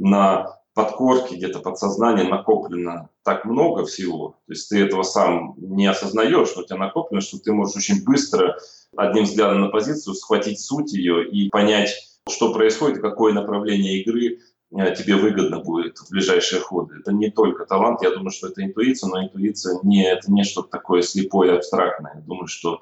на подкорке, где-то подсознание накоплено так много всего, то есть ты этого сам не осознаешь, но у тебя накоплено, что ты можешь очень быстро одним взглядом на позицию схватить суть ее и понять, что происходит и какое направление игры тебе выгодно будет в ближайшие ходы. Это не только талант, я думаю, что это интуиция, но интуиция не, это не что-то такое слепое, абстрактное. Я думаю, что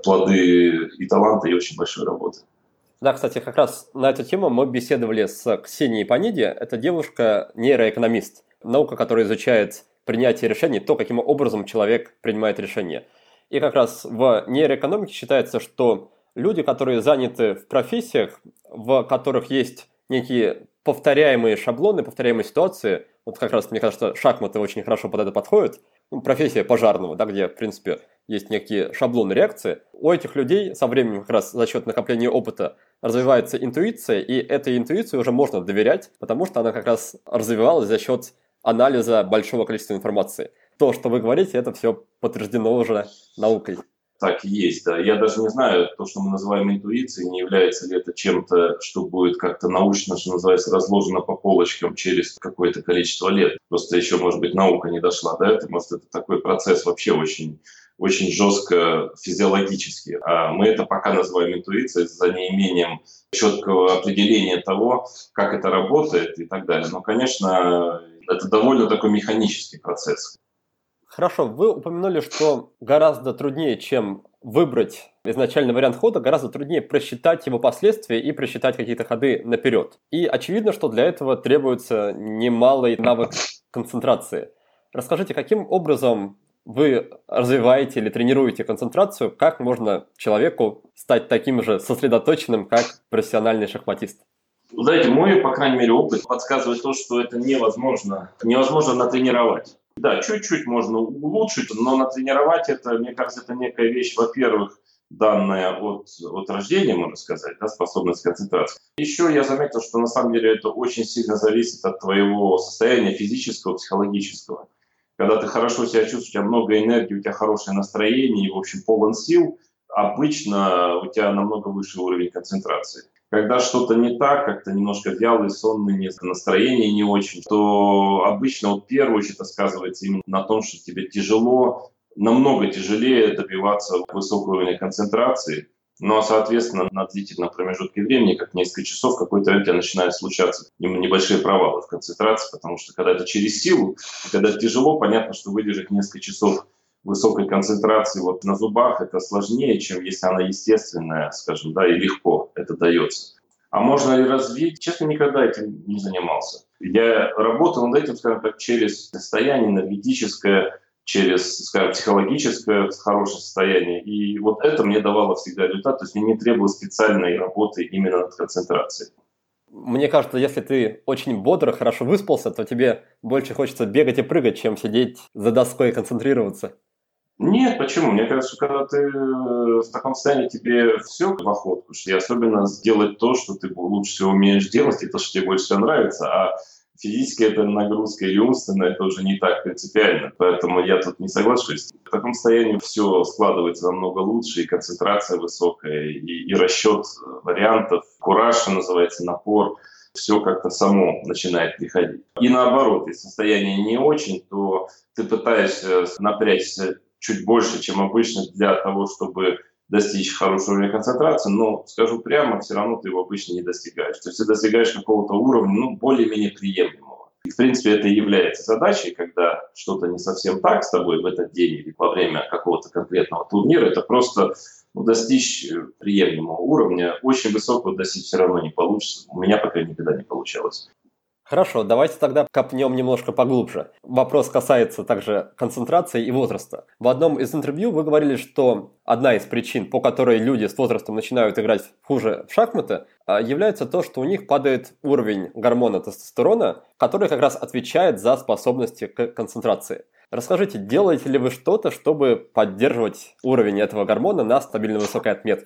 плоды и таланта, и очень большой работы. Да, кстати, как раз на эту тему мы беседовали с Ксенией Паниди. Это девушка-нейроэкономист, наука, которая изучает принятие решений, то, каким образом человек принимает решения. И как раз в нейроэкономике считается, что люди, которые заняты в профессиях, в которых есть некие повторяемые шаблоны, повторяемые ситуации, вот как раз, мне кажется, шахматы очень хорошо под это подходят, ну, профессия пожарного, да, где, в принципе, есть некие шаблоны реакции, у этих людей со временем как раз за счет накопления опыта развивается интуиция, и этой интуиции уже можно доверять, потому что она как раз развивалась за счет анализа большого количества информации. То, что вы говорите, это все подтверждено уже наукой. Так и есть, да. Я даже не знаю, то, что мы называем интуицией, не является ли это чем-то, что будет как-то научно, что называется, разложено по полочкам через какое-то количество лет. Просто еще, может быть, наука не дошла до этого. Может, это такой процесс вообще очень, очень жестко физиологический. А мы это пока называем интуицией за неимением четкого определения того, как это работает и так далее. Но, конечно, это довольно такой механический процесс. Хорошо, вы упомянули, что гораздо труднее, чем выбрать изначальный вариант хода, гораздо труднее просчитать его последствия и просчитать какие-то ходы наперед. И очевидно, что для этого требуется немалый навык концентрации. Расскажите, каким образом вы развиваете или тренируете концентрацию, как можно человеку стать таким же сосредоточенным, как профессиональный шахматист? Знаете, мой, по крайней мере, опыт подсказывает то, что это невозможно, невозможно натренировать. Да, чуть-чуть можно улучшить, но натренировать это, мне кажется, это некая вещь, во-первых, данная от, от рождения, можно сказать, да, способность концентрации. Еще я заметил, что на самом деле это очень сильно зависит от твоего состояния физического, психологического. Когда ты хорошо себя чувствуешь, у тебя много энергии, у тебя хорошее настроение и, в общем, полон сил, обычно у тебя намного выше уровень концентрации. Когда что-то не так, как-то немножко вялый, сонный, настроение не очень, то обычно вот в первую очередь это сказывается именно на том, что тебе тяжело, намного тяжелее добиваться высокого уровня концентрации. Но, соответственно, на длительном промежутке времени, как несколько часов, в какой-то момент у тебя начинают случаться небольшие провалы в концентрации, потому что когда это через силу, когда это тяжело, понятно, что выдержать несколько часов высокой концентрации вот на зубах это сложнее, чем если она естественная, скажем, да, и легко это дается. А можно ли развить? Честно, никогда этим не занимался. Я работал над этим, скажем так, через состояние энергетическое, через, скажем, психологическое хорошее состояние. И вот это мне давало всегда результат. То есть мне не требовалось специальной работы именно над концентрацией. Мне кажется, если ты очень бодро, хорошо выспался, то тебе больше хочется бегать и прыгать, чем сидеть за доской и концентрироваться. Нет, почему? Мне кажется, что когда ты в таком состоянии, тебе все в охотку. И особенно сделать то, что ты лучше всего умеешь делать, и то, что тебе больше всего нравится. А физически это нагрузка или умственно, это уже не так принципиально. Поэтому я тут не соглашусь. В таком состоянии все складывается намного лучше, и концентрация высокая, и, и расчет вариантов, кураж, что называется, напор. Все как-то само начинает приходить. И наоборот, если состояние не очень, то ты пытаешься напрячься чуть больше, чем обычно, для того, чтобы достичь хорошего уровня концентрации, но, скажу прямо, все равно ты его обычно не достигаешь. То есть ты достигаешь какого-то уровня, ну, более-менее приемлемого. И, в принципе, это и является задачей, когда что-то не совсем так с тобой в этот день или во время какого-то конкретного турнира, это просто ну, достичь приемлемого уровня. Очень высокого достичь все равно не получится. У меня пока никогда не получалось. Хорошо, давайте тогда копнем немножко поглубже. Вопрос касается также концентрации и возраста. В одном из интервью вы говорили, что одна из причин, по которой люди с возрастом начинают играть хуже в шахматы, является то, что у них падает уровень гормона тестостерона, который как раз отвечает за способности к концентрации. Расскажите, делаете ли вы что-то, чтобы поддерживать уровень этого гормона на стабильно высокой отметке?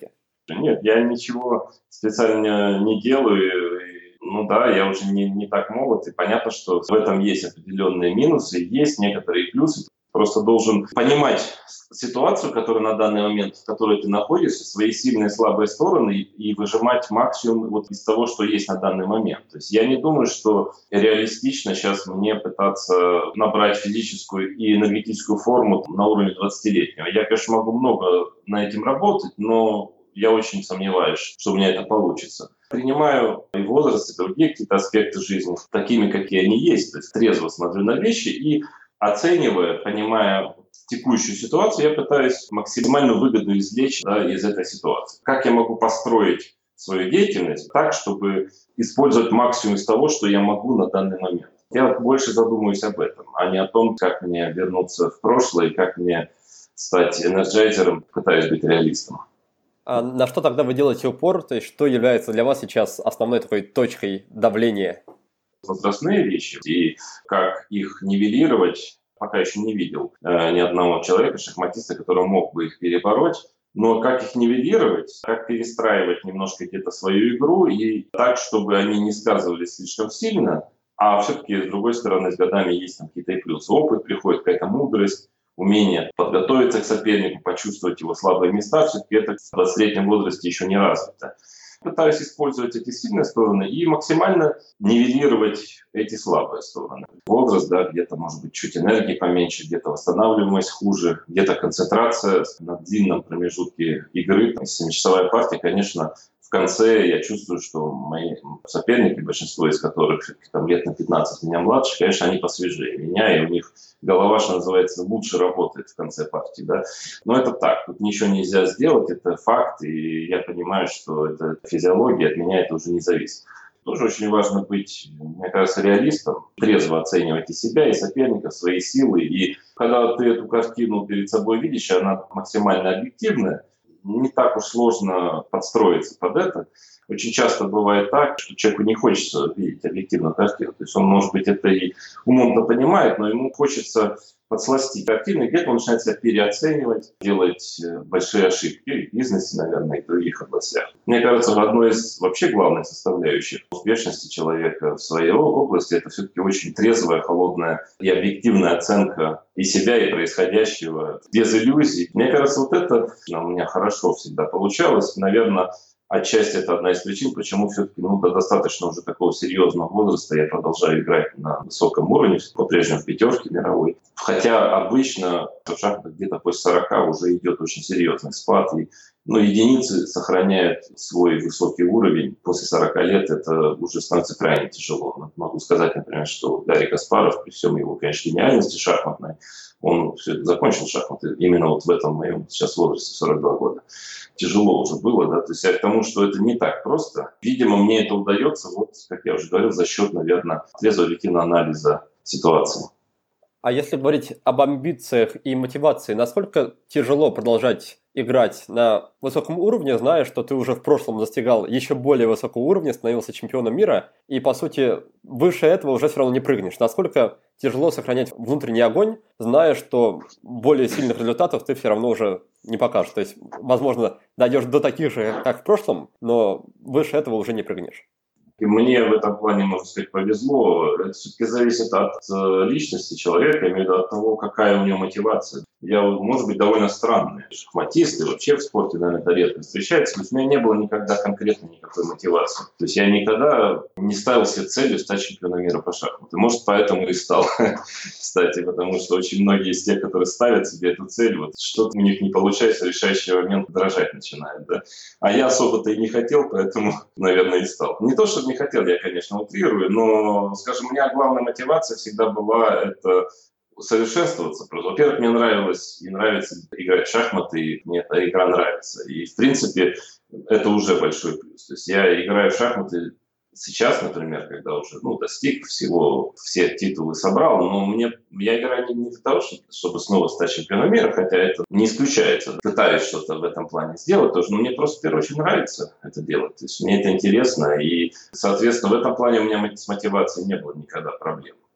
Нет, я ничего специально не делаю. Ну да, я уже не, не так молод, и понятно, что в этом есть определенные минусы, есть некоторые плюсы. Просто должен понимать ситуацию, которая на данный момент, в которой ты находишься, свои сильные и слабые стороны и выжимать максимум вот из того, что есть на данный момент. То есть я не думаю, что реалистично сейчас мне пытаться набрать физическую и энергетическую форму на уровне двадцатилетнего. Я, конечно, могу много над этим работать, но я очень сомневаюсь, что у меня это получится. Принимаю и возраст, и другие какие-то аспекты жизни такими, какие они есть. То есть трезво смотрю на вещи и, оценивая, понимая текущую ситуацию, я пытаюсь максимально выгоду извлечь, да, из этой ситуации. Как я могу построить свою деятельность так, чтобы использовать максимум из того, что я могу на данный момент. Я больше задумываюсь об этом, а не о том, как мне вернуться в прошлое, как мне стать энерджайзером, пытаюсь быть реалистом. А на что тогда вы делаете упор? То есть что является для вас сейчас основной такой точкой давления? Возрастные вещи и как их нивелировать, пока еще не видел э, ни одного человека, шахматиста, который мог бы их перебороть. Но как их нивелировать, как перестраивать немножко где-то свою игру и так, чтобы они не сказывались слишком сильно, а все-таки, с другой стороны, с годами есть там какие-то и плюсы. Опыт приходит, какая-то мудрость, умение подготовиться к сопернику, почувствовать его слабые места, все-таки это в двадцатилетнем возрасте еще не развито. Пытаюсь использовать эти сильные стороны и максимально нивелировать эти слабые стороны. Возраст, да, где-то может быть чуть энергии поменьше, где-то восстанавливаемость хуже, где-то концентрация на длинном промежутке игры. Семичасовая партия, конечно, в конце я чувствую, что мои соперники, большинство из которых там, лет на пятнадцать меня младше, конечно, они посвежее меня, и у них голова, что называется, лучше работает в конце партии. Да? Но это так, тут ничего нельзя сделать, это факт, и я понимаю, что это физиология, от меня это уже не зависит. Тоже очень важно быть, мне кажется, реалистом, трезво оценивать и себя, и соперника, свои силы. И когда ты эту картину перед собой видишь, она максимально объективная, не так уж сложно подстроиться под это. Очень часто бывает так, что человеку не хочется видеть объективную картину. То есть он, может быть, это и умом-то понимает, но ему хочется подсластить картину, и где-то он начинает себя переоценивать, делать большие ошибки и в бизнесе, наверное, и в других областях. Мне кажется, одной из вообще главных составляющих успешности человека в своей области это все-таки очень трезвая, холодная и объективная оценка и себя, и происходящего, без иллюзий. Мне кажется, вот это у меня хорошо всегда получалось. Наверное, отчасти это одна из причин, почему все-таки ну, до достаточно уже такого серьезного возраста я продолжаю играть на высоком уровне, по-прежнему в пятерке мировой. Хотя обычно в шахматах где-то после сорока уже идет очень серьезный спад. И, ну, единицы сохраняют свой высокий уровень. После сорока лет это уже становится крайне тяжело. Могу сказать, например, что Гарри Каспаров, при всем его, конечно, гениальности шахматной, он все это закончил шахматы именно вот в этом моем сейчас возрасте, сорок два года. Тяжело уже было, да, то есть я к тому, что это не так просто. Видимо, мне это удается, вот, как я уже говорил, за счет, наверное, трезвого объективного анализа ситуации. А если говорить об амбициях и мотивации, насколько тяжело продолжать играть на высоком уровне, зная, что ты уже в прошлом достигал еще более высокого уровня, становился чемпионом мира, и, по сути, выше этого уже все равно не прыгнешь. Насколько тяжело сохранять внутренний огонь, зная, что более сильных результатов ты все равно уже не покажешь. То есть, возможно, дойдешь до таких же, как в прошлом, но выше этого уже не прыгнешь. И мне в этом плане, можно сказать, повезло. Это все-таки зависит от э, личности человека, именно от того, какая у него мотивация. Я, может быть, довольно странный шахматист, и вообще в спорте, наверное, это редко встречается. То есть у меня не было никогда конкретно никакой мотивации. То есть я никогда не ставил себе целью стать чемпионом мира по шахматам. Может, поэтому и стал, кстати, потому что очень многие из тех, которые ставят себе эту цель, вот что-то у них не получается, в решающий момент дрожать начинают. Да? А я особо-то и не хотел, поэтому, наверное, и стал. Не то, что не хотел, я, конечно, утрирую, но, скажем, у меня главная мотивация всегда была это совершенствоваться. Во-первых, мне нравилось и нравится играть в шахматы, и мне эта игра нравится. И, в принципе, это уже большой плюс. То есть я играю в шахматы сейчас, например, когда уже ну, достиг всего, все титулы собрал, но мне, я играю не, не для того, чтобы снова стать чемпионом мира, хотя это не исключается. Пытаюсь что-то в этом плане сделать тоже, но мне просто в первую очередь нравится это делать. То есть мне это интересно, и, соответственно, в этом плане у меня с мотивацией не было никогда проблем.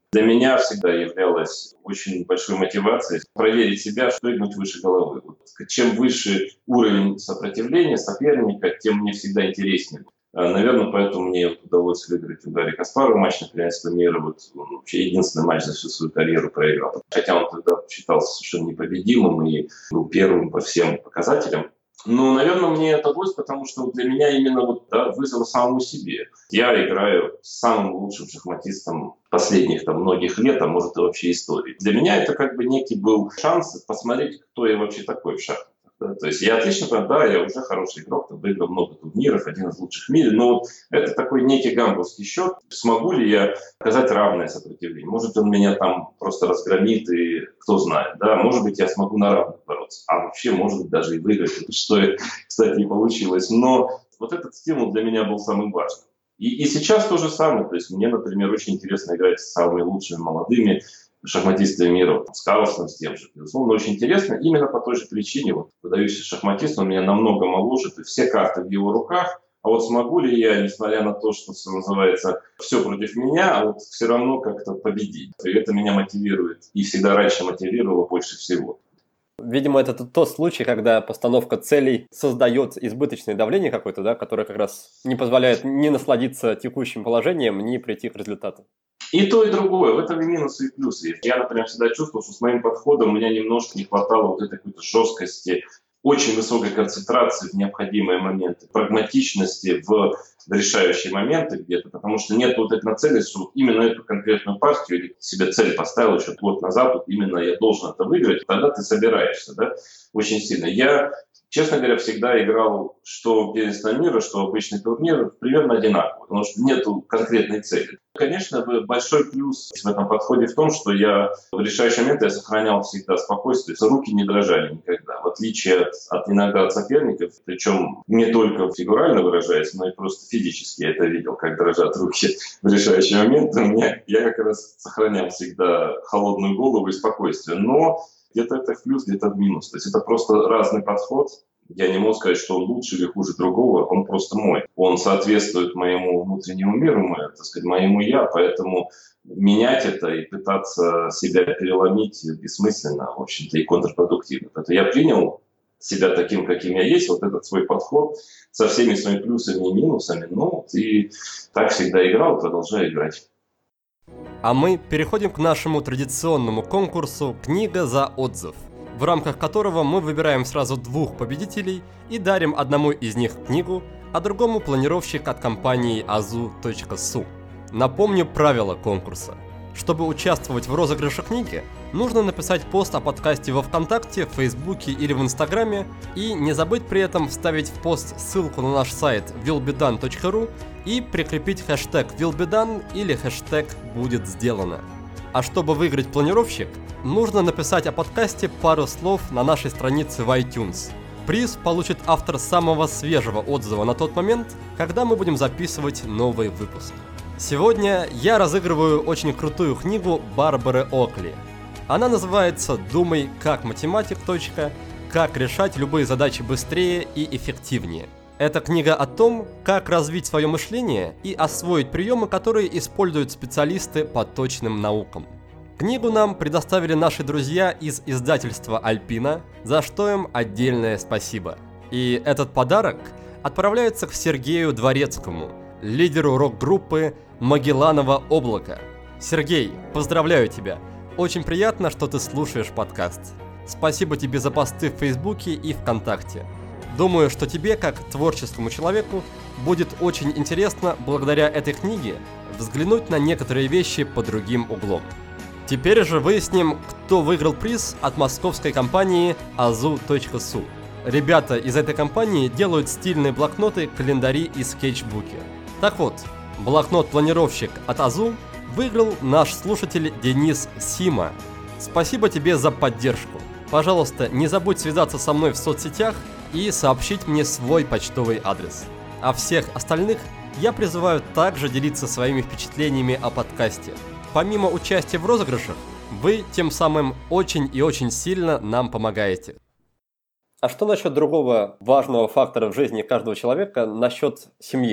Для меня всегда являлась очень большой мотивацией проверить себя, прыгнуть выше головы. Вот, чем выше уровень сопротивления соперника, тем мне всегда интереснее. Наверное, поэтому мне удалось выиграть у Гарри Каспарова матч на первенство мира. Вот он вообще единственный матч за всю свою карьеру проиграл. Хотя он тогда считался совершенно непобедимым и был первым по всем показателям. Ну, наверное, мне это удалось, потому что для меня именно вот, да, вызов самому себе. Я играю с самым лучшим шахматистом последних там, многих лет, а может и вообще истории. Для меня это как бы некий был шанс посмотреть, кто я вообще такой в шахматах. Да? То есть я отлично понимаю, да, я уже хороший игрок, там, выиграл много турниров, один из лучших в мире, но вот это такой некий гамбургский счет. Смогу ли я оказать равное сопротивление? Может, он меня там просто разгромит, и кто знает. Да? Может быть, я смогу на равных бороться. А вообще, может быть, даже и выиграть, что, кстати, не получилось. Но вот этот стимул для меня был самым важным. И, и сейчас то же самое. То есть мне, например, очень интересно играть с самыми лучшими молодыми шахматисты мира, с Карлсоном, с тем же, безусловно, очень интересно. Именно по той же причине, вот, выдающийся шахматист, он меня намного моложе, то есть все карты в его руках, а вот смогу ли я, несмотря на то, что, что называется, все против меня, а вот все равно как-то победить. И это меня мотивирует, и всегда раньше мотивировало больше всего. Видимо, это тот случай, когда постановка целей создает избыточное давление какое-то, да, которое как раз не позволяет ни насладиться текущим положением, ни прийти к результату. И то, и другое. В этом и минусы, и плюсы. Я, например, всегда чувствовал, что с моим подходом у меня немножко не хватало вот этой какой-то жесткости, очень высокой концентрации в необходимые моменты, прагматичности в решающие моменты где-то, потому что нет вот этой нацеленности, что вот именно эту конкретную партию или себе цель поставил еще год назад, вот именно я должен это выиграть, тогда ты собираешься, да, очень сильно. Я, честно говоря, всегда играл что первенство мира, что обычный турнир примерно одинаково, потому что нету конкретной цели. Конечно, большой плюс в этом подходе в том, что я в решающий момент я сохранял всегда спокойствие, руки не дрожали никогда, в отличие от, от иногда от соперников, причем не только фигурально выражаясь, но и просто физически я это видел, как дрожат руки в решающий момент. У меня, я как раз сохранял всегда холодную голову и спокойствие, но где-то это в плюс, где-то в минус. То есть это просто разный подход. Я не могу сказать, что он лучше или хуже другого, он просто мой. Он соответствует моему внутреннему миру, моему, так сказать, моему я, поэтому менять это и пытаться себя переломить бессмысленно, в общем-то, и контрпродуктивно. Это я принял себя таким, каким я есть, вот этот свой подход со всеми своими плюсами и минусами, ну, и так всегда играл, продолжаю играть. А мы переходим к нашему традиционному конкурсу «Книга за отзыв», в рамках которого мы выбираем сразу двух победителей и дарим одному из них книгу, а другому планировщик от компании азу точка су. Напомню правила конкурса. Чтобы участвовать в розыгрыше книги, нужно написать пост о подкасте во ВКонтакте, в Фейсбуке или в Инстаграме и не забыть при этом вставить в пост ссылку на наш сайт вил би дан точка ру и прикрепить хэштег вилбидан или хэштег «Будет сделано». А чтобы выиграть планировщик, нужно написать о подкасте пару слов на нашей странице в iTunes. Приз получит автор самого свежего отзыва на тот момент, когда мы будем записывать новый выпуск. Сегодня я разыгрываю очень крутую книгу Барбары Окли. Она называется «Думай как математик. Как решать любые задачи быстрее и эффективнее». Это книга о том, как развить свое мышление и освоить приемы, которые используют специалисты по точным наукам. Книгу нам предоставили наши друзья из издательства «Альпина», за что им отдельное спасибо. И этот подарок отправляется к Сергею Дворецкому, лидеру рок-группы «Магелланово облако». Сергей, поздравляю тебя! Очень приятно, что ты слушаешь подкаст. Спасибо тебе за посты в Фейсбуке и ВКонтакте. Думаю, что тебе, как творческому человеку, будет очень интересно благодаря этой книге взглянуть на некоторые вещи под другим углом. Теперь же выясним, кто выиграл приз от московской компании азу точка су. Ребята из этой компании делают стильные блокноты, календари и скетчбуки. Так вот, блокнот-планировщик от Азу выиграл наш слушатель Денис Сима. Спасибо тебе за поддержку. Пожалуйста, не забудь связаться со мной в соцсетях и сообщить мне свой почтовый адрес. А всех остальных я призываю также делиться своими впечатлениями о подкасте. Помимо участия в розыгрышах, вы тем самым очень и очень сильно нам помогаете. А что насчет другого важного фактора в жизни каждого человека, насчет семьи?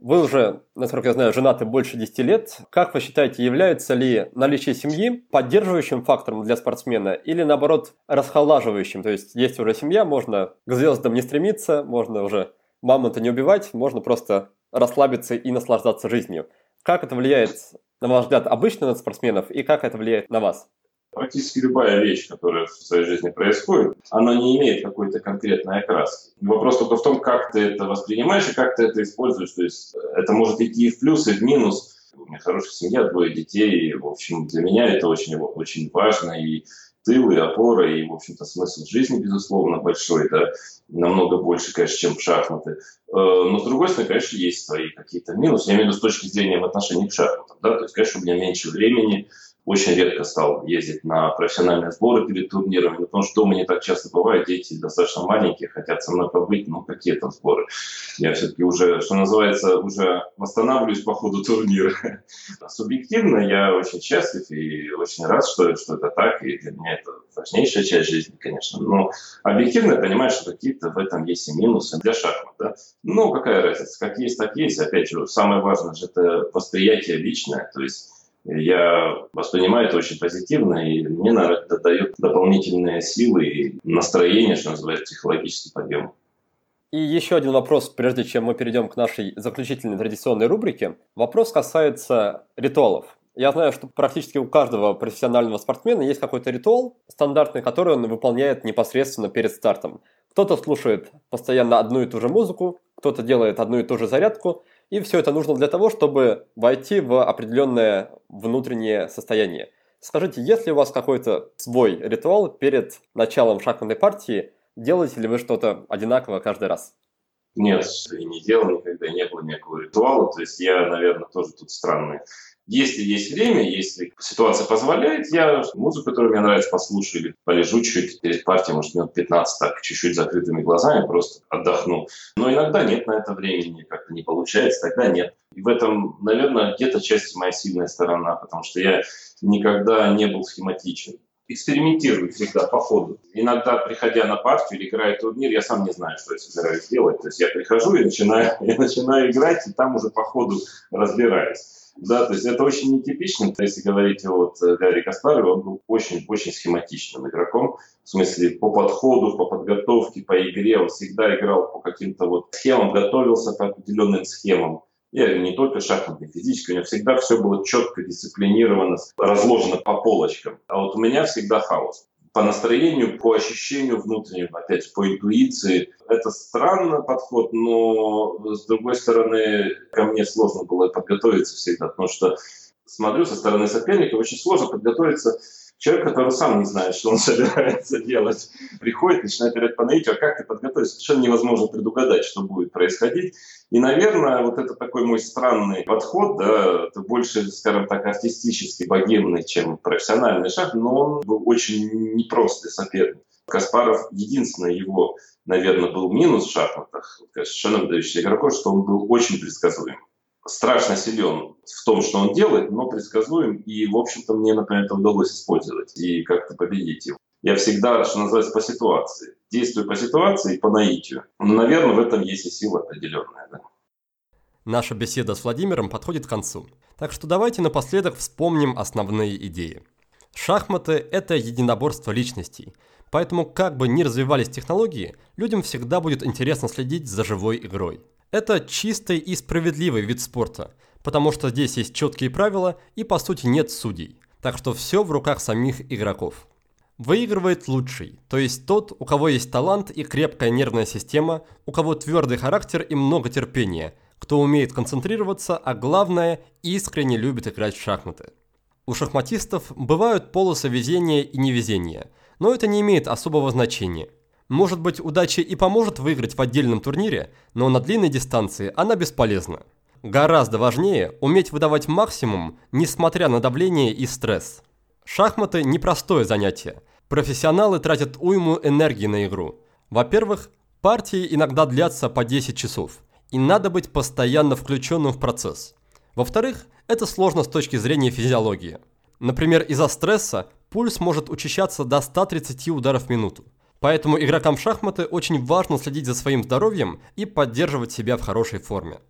Вы уже, насколько я знаю, женаты больше десяти лет. Как вы считаете, является ли наличие семьи поддерживающим фактором для спортсмена или, наоборот, расхолаживающим? То есть, есть уже семья, можно к звездам не стремиться, можно уже маму-то не убивать, можно просто расслабиться и наслаждаться жизнью. Как это влияет, на ваш взгляд, обычно на спортсменов и как это влияет на вас? Практически любая вещь, которая в своей жизни происходит, она не имеет какой-то конкретной окраски. Вопрос только в том, как ты это воспринимаешь и как ты это используешь. То есть это может идти и в плюс, и в минус. У меня хорошая семья, двое детей. И, в общем, для меня это очень, очень важно. И тыл, и опора, и, в общем-то, смысл жизни, безусловно, большой. Да? Намного больше, конечно, чем в шахматы. Но, с другой стороны, конечно, есть свои какие-то минусы. Я имею в виду с точки зрения в отношении к шахматам. Да? То есть, конечно, у меня меньше времени. Очень редко стал ездить на профессиональные сборы перед турнирами, потому что дома не так часто бывает, дети достаточно маленькие, хотят со мной побыть, ну какие там сборы. Я все-таки уже, что называется, уже восстанавливаюсь по ходу турнира. Субъективно я очень счастлив и очень рад, что, что это так, и для меня это важнейшая часть жизни, конечно. Но объективно я понимаю, что какие-то в этом есть и минусы для шахмат. Да? Ну, какая разница, как есть, так есть. Опять же, самое важное же это восприятие личное, то есть я воспринимаю это очень позитивно, и мне, наверное, это дает дополнительные силы и настроение, что называется, психологический подъем. И еще один вопрос, прежде чем мы перейдем к нашей заключительной традиционной рубрике. Вопрос касается ритуалов. Я знаю, что практически у каждого профессионального спортсмена есть какой-то ритуал стандартный, который он выполняет непосредственно перед стартом. Кто-то слушает постоянно одну и ту же музыку, кто-то делает одну и ту же зарядку, и все это нужно для того, чтобы войти в определенное внутреннее состояние. Скажите, есть ли у вас какой-то свой ритуал перед началом шахматной партии? Делаете ли вы что-то одинаковое каждый раз? Нет, и не делал никогда, не было никакого ритуала. То есть я, наверное, тоже тут странный. Если есть время, если ситуация позволяет, я музыку, которую мне нравится, послушаю или полежу чуть перед партией, может, минут пятнадцать, так, чуть-чуть закрытыми глазами, просто отдохну. Но иногда нет на это времени, как-то не получается, тогда нет. И в этом, наверное, где-то часть моя сильная сторона, потому что я никогда не был схематичен. Экспериментирую всегда по ходу. Иногда, приходя на партию или играя турнир, я сам не знаю, что я собираюсь делать. То есть я прихожу и начинаю, я начинаю играть, и там уже по ходу разбираюсь. Да, то есть это очень нетипично. Если говорить о Гарри Каспарове, он был очень-очень схематичным игроком. В смысле, по подходу, по подготовке, по игре. Он всегда играл по каким-то вот схемам, готовился по определенным схемам. И не только шахматной, физической. У него всегда все было четко, дисциплинировано, разложено по полочкам. А вот у меня всегда хаос. По настроению, по ощущению внутреннему, опять по интуиции. Это странный подход, но с другой стороны, ко мне сложно было подготовиться всегда, потому что смотрю со стороны соперника, очень сложно подготовиться. Человек, который сам не знает, что он собирается делать, приходит, начинает играть по наитию, а как ты подготовиться? Совершенно невозможно предугадать, что будет происходить. И, наверное, вот это такой мой странный подход, да, это больше, скажем так, артистически богемный, чем профессиональный шах, но он был очень непростый соперник. Каспаров, единственный его, наверное, был минус в шахматах, совершенно выдающийся игроком, что он был очень предсказуем. Страшно силен в том, что он делает, но предсказуем. И, в общем-то, мне, например, это удалось использовать и как-то победить его. Я всегда, что называется, по ситуации. Действую по ситуации и по наитию. Но, наверное, в этом есть и сила определенная. Да? Наша беседа с Владимиром подходит к концу. Так что давайте напоследок вспомним основные идеи. Шахматы – это единоборство личностей. Поэтому, как бы ни развивались технологии, людям всегда будет интересно следить за живой игрой. Это чистый и справедливый вид спорта, потому что здесь есть четкие правила и по сути нет судей, так что все в руках самих игроков. Выигрывает лучший, то есть тот, у кого есть талант и крепкая нервная система, у кого твердый характер и много терпения, кто умеет концентрироваться, а главное, искренне любит играть в шахматы. У шахматистов бывают полосы везения и невезения, но это не имеет особого значения. Может быть, удача и поможет выиграть в отдельном турнире, но на длинной дистанции она бесполезна. Гораздо важнее уметь выдавать максимум, несмотря на давление и стресс. Шахматы – непростое занятие. Профессионалы тратят уйму энергии на игру. Во-первых, партии иногда длятся по десять часов, и надо быть постоянно включенным в процесс. Во-вторых, это сложно с точки зрения физиологии. Например, из-за стресса пульс может учащаться до ста тридцати ударов в минуту. Поэтому игрокам в шахматы очень важно следить за своим здоровьем и поддерживать себя в хорошей форме.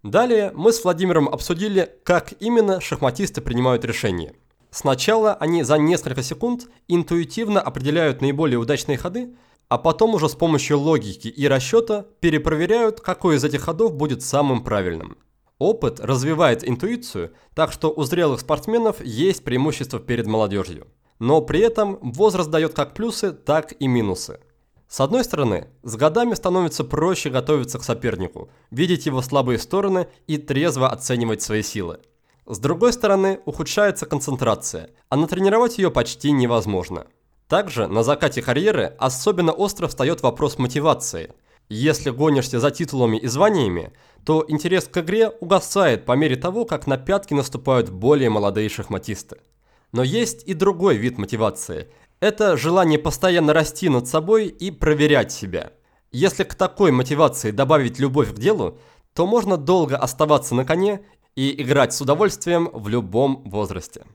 Далее мы с Владимиром обсудили, как именно шахматисты принимают решения. Сначала они за несколько секунд интуитивно определяют наиболее удачные ходы, а потом уже с помощью логики и расчета перепроверяют, какой из этих ходов будет самым правильным. Опыт развивает интуицию, так что у зрелых спортсменов есть преимущество перед молодежью. Но при этом возраст дает как плюсы, так и минусы. С одной стороны, с годами становится проще готовиться к сопернику, видеть его слабые стороны и трезво оценивать свои силы. С другой стороны, ухудшается концентрация, а натренировать ее почти невозможно. Также на закате карьеры особенно остро встает вопрос мотивации. Если гонишься за титулами и званиями, то интерес к игре угасает по мере того, как на пятки наступают более молодые шахматисты. Но есть и другой вид мотивации. Это желание постоянно расти над собой и проверять себя. Если к такой мотивации добавить любовь к делу, то можно долго оставаться на коне и играть с удовольствием в любом возрасте.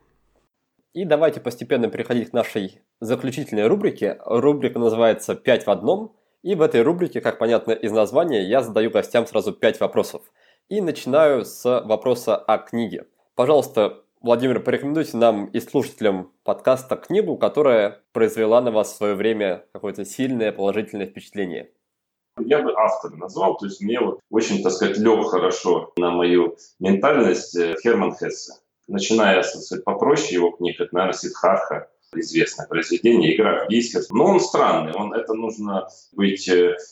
И давайте постепенно переходить к нашей заключительной рубрике. Рубрика называется «пять в одном». И в этой рубрике, как понятно из названия, я задаю гостям сразу пять вопросов. И начинаю с вопроса о книге. Пожалуйста, Владимир, порекомендуйте нам и слушателям подкаста книгу, которая произвела на вас в свое время какое-то сильное положительное впечатление. Я бы автора назвал, то есть мне вот очень, так сказать, лег хорошо на мою ментальность Герман Хессе. Начиная с попроще его книг, это, наверное, Сиддхартха, известное произведение, игра в Гейскер. Но он странный, он, это нужно быть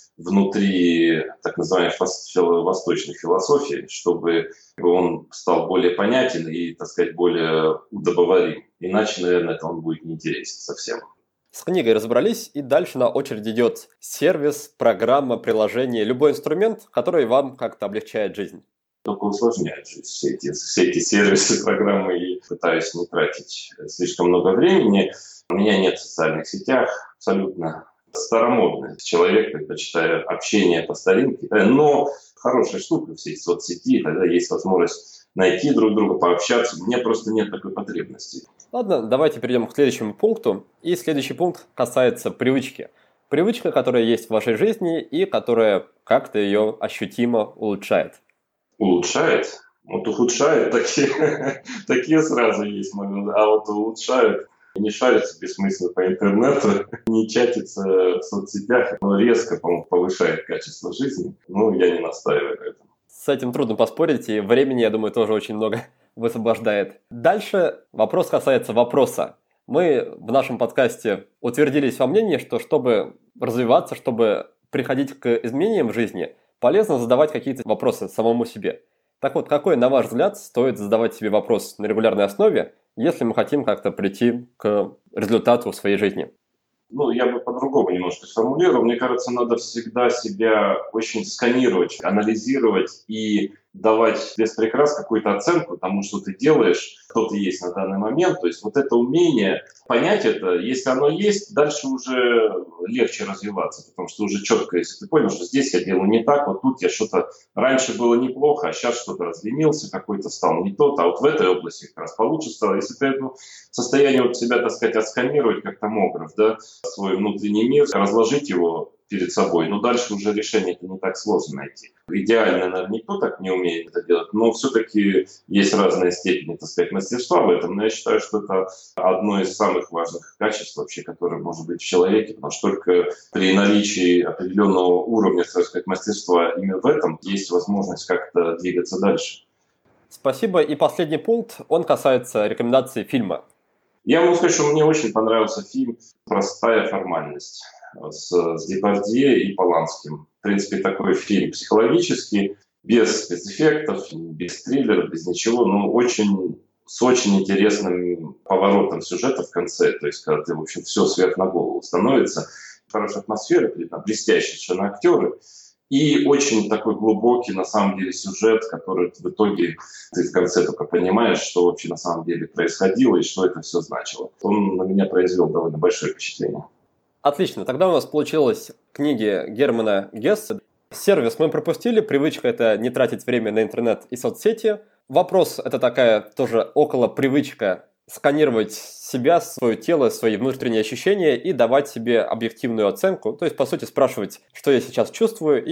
внутри так называемой восточной философии, чтобы он стал более понятен и, так сказать, более удобоварим. Иначе, наверное, это он будет неинтересен совсем. С книгой разобрались, и дальше на очередь идет сервис, программа, приложение, любой инструмент, который вам как-то облегчает жизнь. Только усложняют жизнь все эти, все эти сервисы, программы, и пытаюсь не тратить слишком много времени. У меня нет в социальных сетях, абсолютно старомодный человек, предпочитаю общение по старинке. Но хорошая штука все эти соцсети, тогда есть возможность найти друг друга, пообщаться. У меня просто нет такой потребности. Ладно, давайте перейдем к следующему пункту. И следующий пункт касается привычки. Привычка, которая есть в вашей жизни и которая как-то ее ощутимо улучшает. Улучшает? Вот ухудшает, такие, такие сразу есть моменты. А вот улучшают, не шарится бессмысленно по интернету, не чатится в соцсетях, но резко, по-моему, повышает качество жизни. Ну, я не настаиваю на этом. С этим трудно поспорить, и времени, я думаю, тоже очень много высвобождает. Дальше вопрос касается вопроса. Мы в нашем подкасте утвердились во мнении, что чтобы развиваться, чтобы приходить к изменениям в жизни, полезно задавать какие-то вопросы самому себе. Так вот, какой, на ваш взгляд, стоит задавать себе вопрос на регулярной основе, если мы хотим как-то прийти к результату в своей жизни? Ну, я бы по-другому немножко сформулировал. Мне кажется, надо всегда себя очень сканировать, анализировать и давать без прикрас какую-то оценку тому, что ты делаешь, кто ты есть на данный момент. То есть вот это умение понять это, если оно есть, дальше уже легче развиваться, потому что уже четко, если ты понял, что здесь я делаю не так, вот тут я что-то раньше было неплохо, а сейчас что-то разленился, какой-то стал не тот, а вот в этой области как раз получше стало. Если ты это состояние вот себя, так сказать, отсканировать как томограф, да, свой внутренний мир, разложить его перед собой, но дальше уже решение-то не так сложно найти. Идеально, наверное, никто так не умеет это делать, но все-таки есть разные степени, так сказать, мастерства в этом. Но я считаю, что это одно из самых важных качеств вообще, которое может быть в человеке, потому что только при наличии определенного уровня, так сказать, мастерства именно в этом есть возможность как-то двигаться дальше. Спасибо. И последний пункт, он касается рекомендаций фильма. Я могу сказать, что мне очень понравился фильм «Простая формальность» с, с Депардье и Поланским. В принципе, такой фильм психологический, без спецэффектов, без триллера, без ничего, но очень, с очень интересным поворотом сюжета в конце. То есть, когда ты, в общем, все сверх на голову становится. Хорошая атмосфера, блестящие совершенно актеры. И очень такой глубокий, на самом деле, сюжет, который в итоге ты в конце только понимаешь, что вообще на самом деле происходило и что это все значило. Он на меня произвел довольно большое впечатление. Отлично. Тогда у нас получилось книги Германа Гессе. Сервис мы пропустили. Привычка – это не тратить время на интернет и соцсети. Вопрос – это такая тоже около привычка сканировать себя, свое тело, свои внутренние ощущения и давать себе объективную оценку. То есть, по сути, спрашивать, что я сейчас чувствую и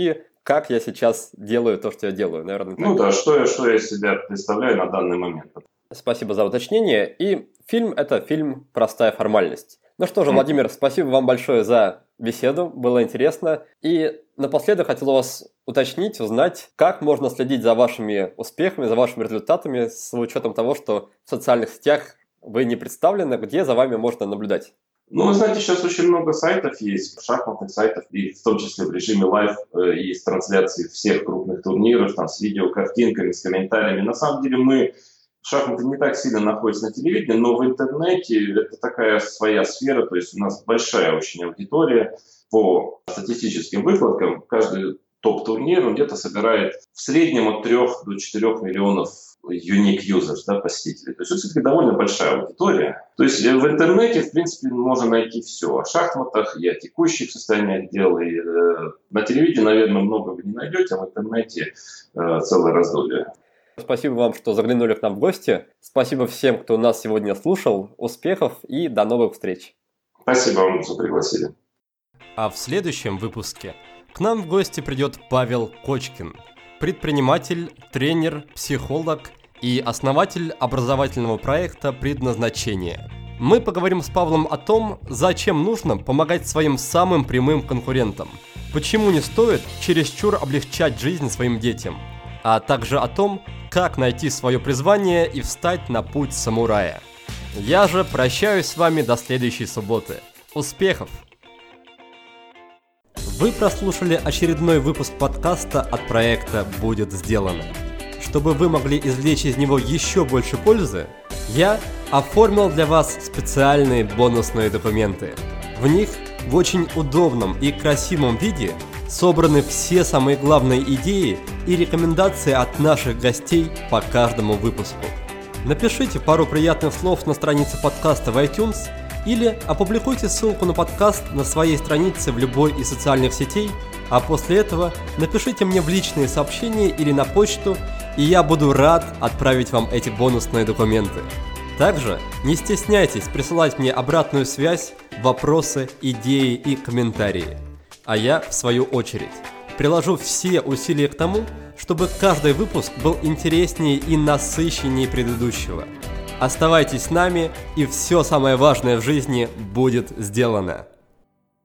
как я сейчас делаю то, что я делаю, наверное. Ну да, что я, что я из себя представляю на данный момент. Спасибо за уточнение. И фильм – это фильм «Простая формальность». Ну что же, Владимир, спасибо вам большое за беседу, было интересно. И напоследок хотел у вас уточнить, узнать, как можно следить за вашими успехами, за вашими результатами с учетом того, что в социальных сетях вы не представлены, где за вами можно наблюдать. Ну, вы знаете, сейчас очень много сайтов есть, шахматных сайтов, и в том числе в режиме лайв э, есть трансляции всех крупных турниров, там, с видео, картинками, с комментариями. На самом деле мы, шахматы не так сильно находятся на телевидении, но в интернете это такая своя сфера, то есть у нас большая очень аудитория. По статистическим выкладкам каждый топ-турнир он где-то собирает в среднем от трёх до четырёх миллионов unique users, да, посетителей. То есть это все-таки довольно большая аудитория. То есть в интернете, в принципе, можно найти все о шахматах, и о текущих состояниях дел. И, э, на телевидении, наверное, много вы не найдете, а в интернете э, целое раздолье. Спасибо вам, что заглянули к нам в гости. Спасибо всем, кто нас сегодня слушал. Успехов и до новых встреч. Спасибо вам, что пригласили. А в следующем выпуске к нам в гости придет Павел Кочкин, предприниматель, тренер, психолог и основатель образовательного проекта «Предназначение». Мы поговорим с Павлом о том, зачем нужно помогать своим самым прямым конкурентам, почему не стоит чересчур облегчать жизнь своим детям, а также о том, как найти свое призвание и встать на путь самурая. Я же прощаюсь с вами до следующей субботы. Успехов! Вы прослушали очередной выпуск подкаста от проекта «Будет сделано». Чтобы вы могли извлечь из него еще больше пользы, я оформил для вас специальные бонусные документы. В них в очень удобном и красивом виде собраны все самые главные идеи и рекомендации от наших гостей по каждому выпуску. Напишите пару приятных слов на странице подкаста в iTunes или опубликуйте ссылку на подкаст на своей странице в любой из социальных сетей, а после этого напишите мне в личные сообщения или на почту, и я буду рад отправить вам эти бонусные документы. Также не стесняйтесь присылать мне обратную связь, вопросы, идеи и комментарии. А я, в свою очередь, приложу все усилия к тому, чтобы каждый выпуск был интереснее и насыщеннее предыдущего. Оставайтесь с нами, и все самое важное в жизни будет сделано.